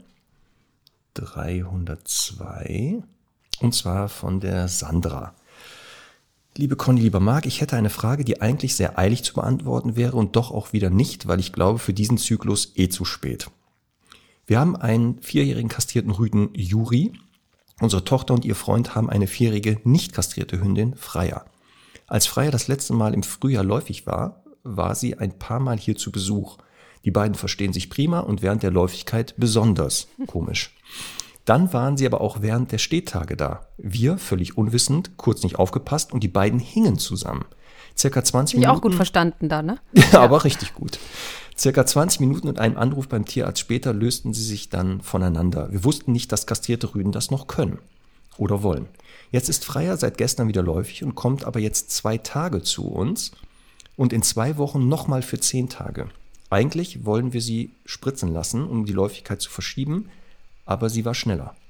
302. Und zwar von der Sandra. Liebe Conny, lieber Marc, ich hätte eine Frage, die eigentlich sehr eilig zu beantworten wäre und doch auch wieder nicht, weil ich glaube, für diesen Zyklus zu spät. Wir haben einen 4-jährigen kastrierten Rüden, Juri. Unsere Tochter und ihr Freund haben eine 4-jährige nicht kastrierte Hündin, Freya. Als Freya das letzte Mal im Frühjahr läufig war, war sie ein paar Mal hier zu Besuch. Die beiden verstehen sich prima und während der Läufigkeit besonders komisch. Dann waren sie aber auch während der Stehtage da. Wir, völlig unwissend, kurz nicht aufgepasst und die beiden hingen zusammen. Circa 20 Minuten. Ich auch gut verstanden da, ne? Ja, aber richtig gut. Circa 20 Minuten und einem Anruf beim Tierarzt später lösten sie sich dann voneinander. Wir wussten nicht, dass kastrierte Rüden das noch können oder wollen. Jetzt ist Freya seit gestern wieder läufig und kommt aber jetzt 2 Tage zu uns und in 2 Wochen nochmal für 10 Tage. Eigentlich wollen wir sie spritzen lassen, um die Läufigkeit zu verschieben, aber sie war schneller.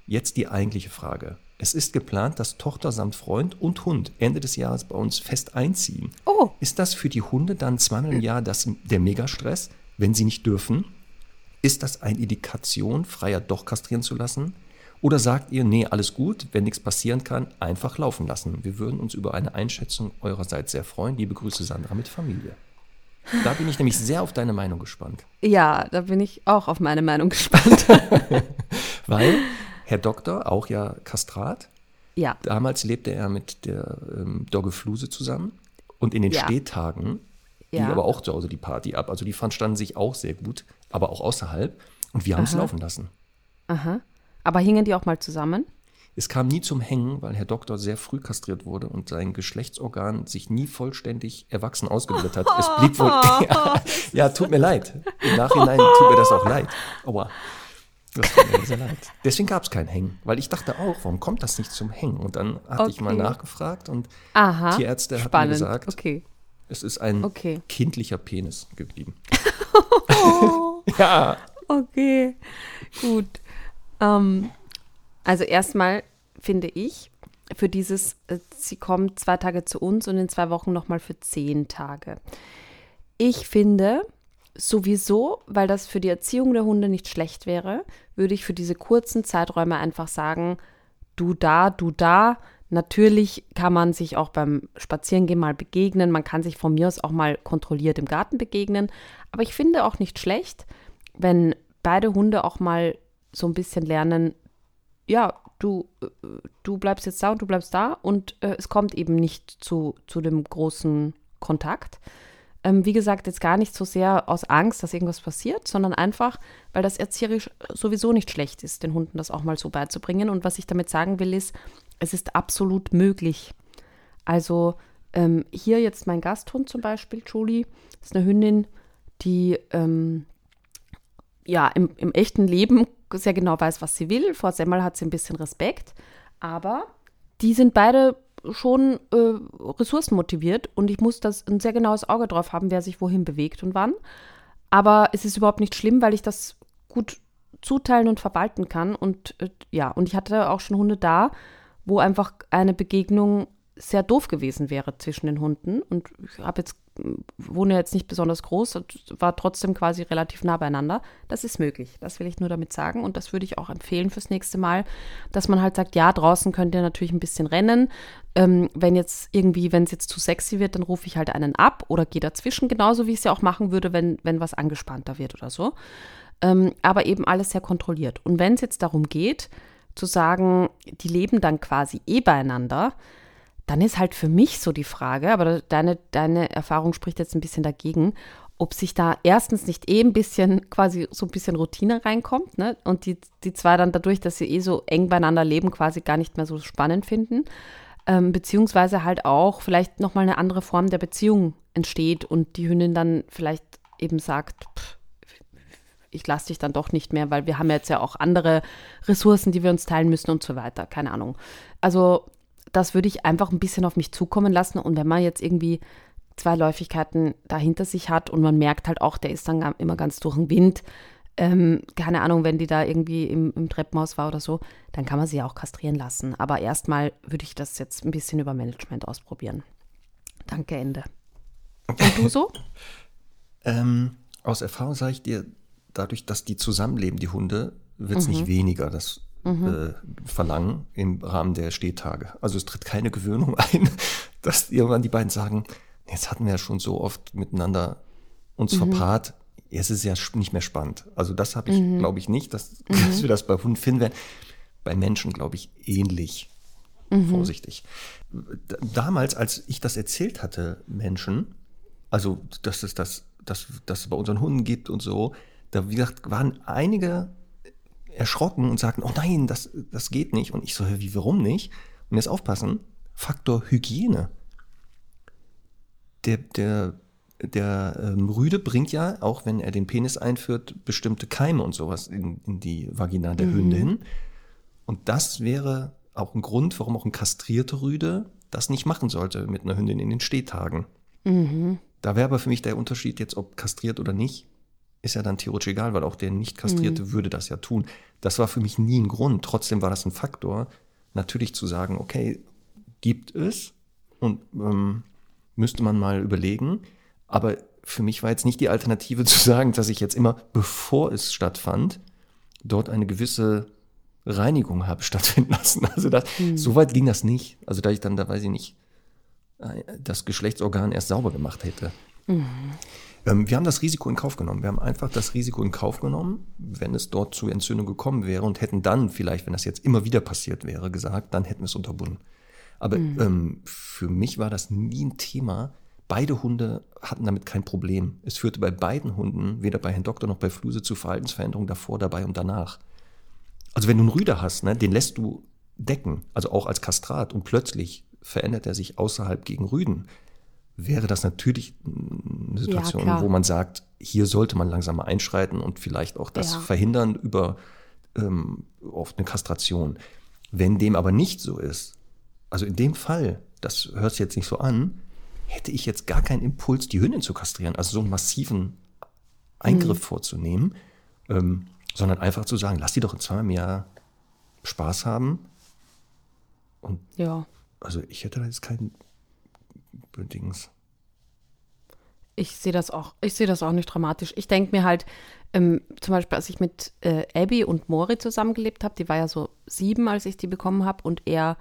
Jetzt die eigentliche Frage. Es ist geplant, dass Tochter samt Freund und Hund Ende des Jahres bei uns fest einziehen. Oh. Ist das für die Hunde dann zweimal im Jahr der Megastress, wenn sie nicht dürfen? Ist das eine Indikation, Freier doch kastrieren zu lassen? Oder sagt ihr, nee, alles gut, wenn nichts passieren kann, einfach laufen lassen? Wir würden uns über eine Einschätzung eurerseits sehr freuen. Liebe Grüße, Sandra mit Familie. Da bin ich nämlich sehr auf deine Meinung gespannt. Ja, da bin ich auch auf meine Meinung gespannt. Weil Herr Doktor, auch ja Kastrat, ja. Damals lebte er mit der Dogge Fluse zusammen und in den Stehtagen ging aber auch zu Hause die Party ab. Also die verstanden sich auch sehr gut, aber auch außerhalb. Und wir haben es laufen lassen. Aha. Aber hingen die auch mal zusammen? Es kam nie zum Hängen, weil Herr Doktor sehr früh kastriert wurde und sein Geschlechtsorgan sich nie vollständig erwachsen ausgebildet hat. Es blieb wohl. Ja, tut mir leid. Im Nachhinein tut mir das auch leid. Aua. Das tut mir sehr leid. Deswegen gab es kein Hängen, weil ich dachte auch, warum kommt das nicht zum Hängen? Und dann hatte ich mal nachgefragt und Tierärzte haben mir gesagt, es ist ein kindlicher Penis geblieben. Ja. Okay, gut. Also erstmal finde ich, für dieses, sie kommt 2 Tage zu uns und in 2 Wochen nochmal für 10 Tage. Ich finde sowieso, weil das für die Erziehung der Hunde nicht schlecht wäre, würde ich für diese kurzen Zeiträume einfach sagen, du da. Natürlich kann man sich auch beim Spazierengehen mal begegnen, man kann sich von mir aus auch mal kontrolliert im Garten begegnen, aber ich finde auch nicht schlecht, wenn beide Hunde auch mal so ein bisschen lernen, ja, du bleibst jetzt da und du bleibst da und es kommt eben nicht zu dem großen Kontakt. Wie gesagt, jetzt gar nicht so sehr aus Angst, dass irgendwas passiert, sondern einfach, weil das erzieherisch sowieso nicht schlecht ist, den Hunden das auch mal so beizubringen. Und was ich damit sagen will, ist, es ist absolut möglich. Also hier jetzt mein Gasthund zum Beispiel, Julie, ist eine Hündin, die im echten Leben sehr genau weiß, was sie will. Vor Semmel hat sie ein bisschen Respekt, aber die sind beide schon ressourcenmotiviert und ich muss das ein sehr genaues Auge drauf haben, wer sich wohin bewegt und wann. Aber es ist überhaupt nicht schlimm, weil ich das gut zuteilen und verwalten kann. Und und ich hatte auch schon Hunde da, wo einfach eine Begegnung sehr doof gewesen wäre zwischen den Hunden. Und ich wohne jetzt nicht besonders groß und war trotzdem quasi relativ nah beieinander. Das ist möglich. Das will ich nur damit sagen. Und das würde ich auch empfehlen fürs nächste Mal, dass man halt sagt, ja, draußen könnt ihr natürlich ein bisschen rennen. Wenn es jetzt zu sexy wird, dann rufe ich halt einen ab oder gehe dazwischen, genauso wie ich es ja auch machen würde, wenn was angespannter wird oder so. Aber eben alles sehr kontrolliert. Und wenn es jetzt darum geht, zu sagen, die leben dann quasi beieinander, dann ist halt für mich so die Frage, aber deine Erfahrung spricht jetzt ein bisschen dagegen, ob sich da erstens nicht ein bisschen quasi so ein bisschen Routine reinkommt, ne? Und die zwei dann dadurch, dass sie so eng beieinander leben, quasi gar nicht mehr so spannend finden, beziehungsweise halt auch vielleicht nochmal eine andere Form der Beziehung entsteht und die Hündin dann vielleicht eben sagt, ich lasse dich dann doch nicht mehr, weil wir haben jetzt ja auch andere Ressourcen, die wir uns teilen müssen und so weiter, keine Ahnung. Also das würde ich einfach ein bisschen auf mich zukommen lassen. Und wenn man jetzt irgendwie 2 Läufigkeiten da hinter sich hat und man merkt halt auch, der ist dann immer ganz durch den Wind, keine Ahnung, wenn die da irgendwie im Treppenhaus war oder so, dann kann man sie ja auch kastrieren lassen. Aber erstmal würde ich das jetzt ein bisschen über Management ausprobieren. Danke, Ende. Und du so? Aus Erfahrung sage ich dir, dadurch, dass die zusammenleben, die Hunde, wird es nicht weniger, das Verlangen im Rahmen der Stehtage. Also es tritt keine Gewöhnung ein, dass irgendwann die beiden sagen, jetzt hatten wir ja schon so oft miteinander uns verpaart, jetzt ist es ja nicht mehr spannend. Also das habe ich, glaube ich, nicht, dass wir das bei Hunden finden werden. Bei Menschen, glaube ich, ähnlich. Vorsichtig. Damals, als ich das erzählt hatte, Menschen, also dass es bei unseren Hunden gibt und so, da, wie gesagt, waren einige erschrocken und sagten, oh nein, das geht nicht. Und ich so, wie, warum nicht? Und jetzt aufpassen, Faktor Hygiene. Der Rüde bringt ja, auch wenn er den Penis einführt, bestimmte Keime und sowas in die Vagina der Hündin. Und das wäre auch ein Grund, warum auch ein kastrierter Rüde das nicht machen sollte mit einer Hündin in den Stehtagen. Da wäre aber für mich der Unterschied jetzt, ob kastriert oder nicht, ist ja dann theoretisch egal, weil auch der Nicht-Kastrierte würde das ja tun. Das war für mich nie ein Grund. Trotzdem war das ein Faktor, natürlich zu sagen, okay, gibt es und müsste man mal überlegen. Aber für mich war jetzt nicht die Alternative zu sagen, dass ich jetzt immer, bevor es stattfand, dort eine gewisse Reinigung habe stattfinden lassen. Also so weit ging das nicht. Also da ich dann, da weiß ich nicht, das Geschlechtsorgan erst sauber gemacht hätte. Wir haben das Risiko in Kauf genommen. Wir haben einfach das Risiko in Kauf genommen, wenn es dort zu Entzündung gekommen wäre und hätten dann vielleicht, wenn das jetzt immer wieder passiert wäre, gesagt, dann hätten wir es unterbunden. Aber für mich war das nie ein Thema. Beide Hunde hatten damit kein Problem. Es führte bei beiden Hunden, weder bei Herrn Doktor noch bei Fluse, zu Verhaltensveränderungen davor, dabei und danach. Also wenn du einen Rüder hast, ne, den lässt du decken, also auch als Kastrat, und plötzlich verändert er sich außerhalb gegen Rüden, wäre das natürlich eine Situation, wo man sagt, hier sollte man langsam mal einschreiten und vielleicht auch das verhindern über oft eine Kastration. Wenn dem aber nicht so ist, also in dem Fall, das hört sich jetzt nicht so an, hätte ich jetzt gar keinen Impuls, die Hündin zu kastrieren, also so einen massiven Eingriff vorzunehmen, sondern einfach zu sagen, lass die doch zweimal im Jahr Spaß haben. Und also ich hätte da jetzt kein Bedingens. Ich sehe das auch nicht dramatisch. Ich denke mir halt, zum Beispiel, als ich mit Abby und Mori zusammengelebt habe, die war ja so 7, als ich die bekommen habe, und er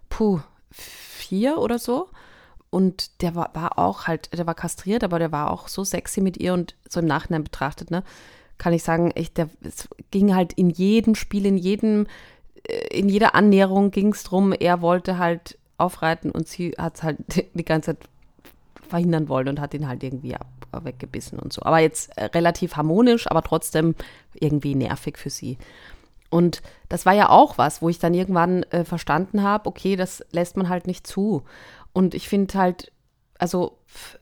4 oder so. Und der war auch halt, der war kastriert, aber der war auch so sexy mit ihr, und so im Nachhinein betrachtet, ne, kann ich sagen, es ging halt in jedem Spiel, in jeder Annäherung ging es drum, er wollte halt aufreiten und sie hat es halt die ganze Zeit verhindern wollen und hat ihn halt irgendwie weggebissen und so. Aber jetzt relativ harmonisch, aber trotzdem irgendwie nervig für sie. Und das war ja auch was, wo ich dann irgendwann verstanden habe, okay, das lässt man halt nicht zu. Und ich finde halt, also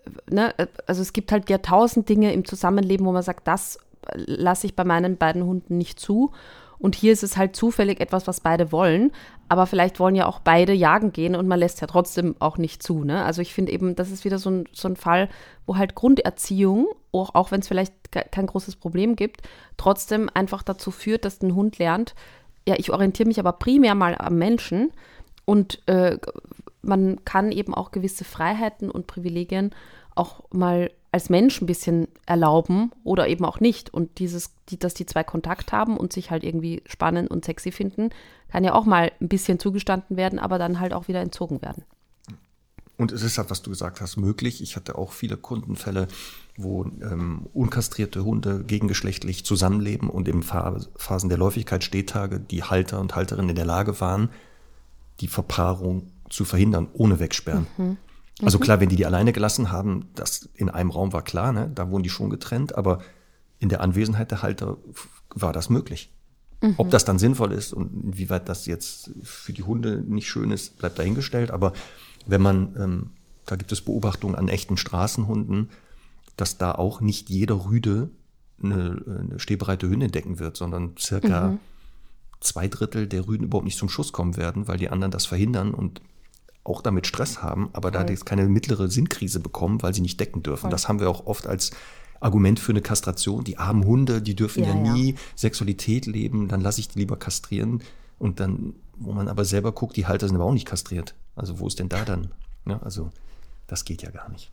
es gibt halt ja 1000 Dinge im Zusammenleben, wo man sagt, das lasse ich bei meinen beiden Hunden nicht zu. Und hier ist es halt zufällig etwas, was beide wollen. Aber vielleicht wollen ja auch beide jagen gehen und man lässt ja trotzdem auch nicht zu. Ne? Also ich finde eben, das ist wieder so ein Fall, wo halt Grunderziehung, auch wenn es vielleicht kein großes Problem gibt, trotzdem einfach dazu führt, dass ein Hund lernt, ja, ich orientiere mich aber primär mal am Menschen, und man kann eben auch gewisse Freiheiten und Privilegien auch mal als Mensch ein bisschen erlauben oder eben auch nicht. Und dass die zwei Kontakt haben und sich halt irgendwie spannend und sexy finden, kann ja auch mal ein bisschen zugestanden werden, aber dann halt auch wieder entzogen werden. Und es ist halt, was du gesagt hast, möglich. Ich hatte auch viele Kundenfälle, wo unkastrierte Hunde gegengeschlechtlich zusammenleben und in Phasen der Läufigkeit, Stehtage, die Halter und Halterinnen in der Lage waren, die Verpaarung zu verhindern, ohne Wegsperren. Also klar, wenn die alleine gelassen haben, das in einem Raum war klar, ne? Da wurden die schon getrennt, aber in der Anwesenheit der Halter war das möglich. Ob das dann sinnvoll ist und inwieweit das jetzt für die Hunde nicht schön ist, bleibt dahingestellt. Aber wenn man, da gibt es Beobachtungen an echten Straßenhunden, dass da auch nicht jeder Rüde eine stehbereite Hündin decken wird, sondern circa 2/3 der Rüden überhaupt nicht zum Schuss kommen werden, weil die anderen das verhindern und auch damit Stress haben, aber da jetzt keine mittlere Sinnkrise bekommen, weil sie nicht decken dürfen. Das haben wir auch oft als Argument für eine Kastration. Die armen Hunde, die dürfen ja nie Sexualität leben, dann lasse ich die lieber kastrieren. Und dann, wo man aber selber guckt, die Halter sind aber auch nicht kastriert. Also wo ist denn da dann? Ja, also das geht ja gar nicht.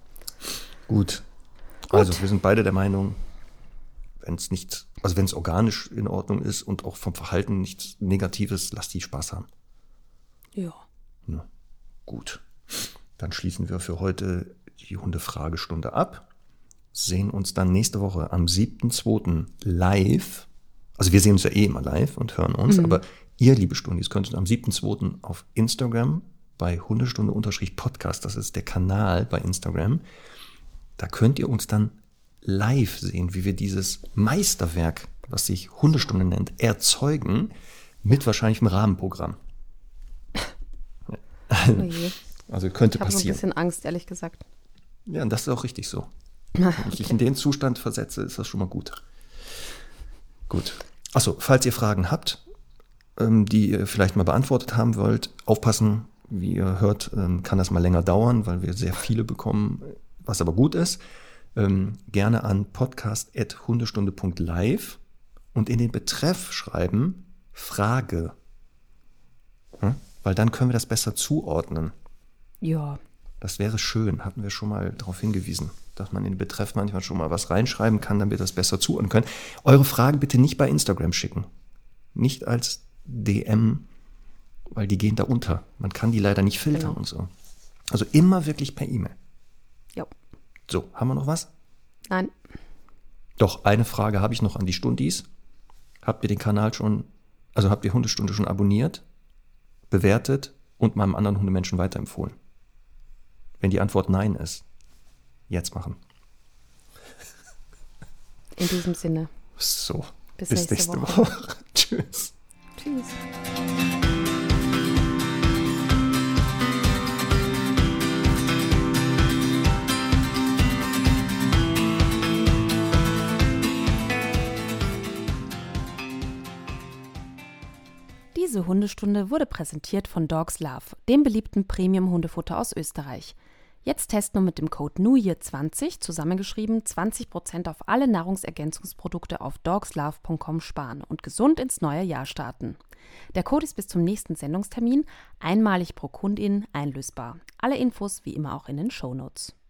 Gut. Also wir sind beide der Meinung, wenn es organisch in Ordnung ist und auch vom Verhalten nichts Negatives, lass die Spaß haben. Ja. Gut, dann schließen wir für heute die Hundefragestunde ab, sehen uns dann nächste Woche am 7.2. live, also wir sehen uns ja eh immer live und hören uns, aber ihr, liebe Stundis, könnt uns am 7.2. auf Instagram bei Hundestunde_Podcast, das ist der Kanal bei Instagram, da könnt ihr uns dann live sehen, wie wir dieses Meisterwerk, was sich Hundestunde nennt, erzeugen, mit wahrscheinlich einem Rahmenprogramm. Also könnte passieren. Ich habe so ein bisschen Angst, ehrlich gesagt. Ja, und das ist auch richtig so. Wenn ich dich in den Zustand versetze, ist das schon mal gut. Gut. Achso, falls ihr Fragen habt, die ihr vielleicht mal beantwortet haben wollt, aufpassen, wie ihr hört, kann das mal länger dauern, weil wir sehr viele bekommen, was aber gut ist. gerne an podcast@hundestunde.live und in den Betreff schreiben Frage. Ja? Weil dann können wir das besser zuordnen. Ja. Das wäre schön, hatten wir schon mal darauf hingewiesen, dass man in den Betreff manchmal schon mal was reinschreiben kann, damit wir das besser zuordnen können. Eure Fragen bitte nicht bei Instagram schicken. Nicht als DM, weil die gehen da unter. Man kann die leider nicht filtern und so. Also immer wirklich per E-Mail. Ja. So, haben wir noch was? Nein. Doch, eine Frage habe ich noch an die Stundis. Habt ihr den Kanal schon, also habt ihr Hundestunde schon abonniert, bewertet und meinem anderen Hundemenschen weiterempfohlen? Wenn die Antwort Nein ist, jetzt machen. In diesem Sinne. So, bis nächste Woche. Tschüss. Tschüss. Diese Hundestunde wurde präsentiert von Dogs Love, dem beliebten Premium-Hundefutter aus Österreich. Jetzt testen und mit dem Code NEWYEAR20, zusammengeschrieben, 20% auf alle Nahrungsergänzungsprodukte auf dogslove.com sparen und gesund ins neue Jahr starten. Der Code ist bis zum nächsten Sendungstermin einmalig pro Kundin einlösbar. Alle Infos wie immer auch in den Shownotes.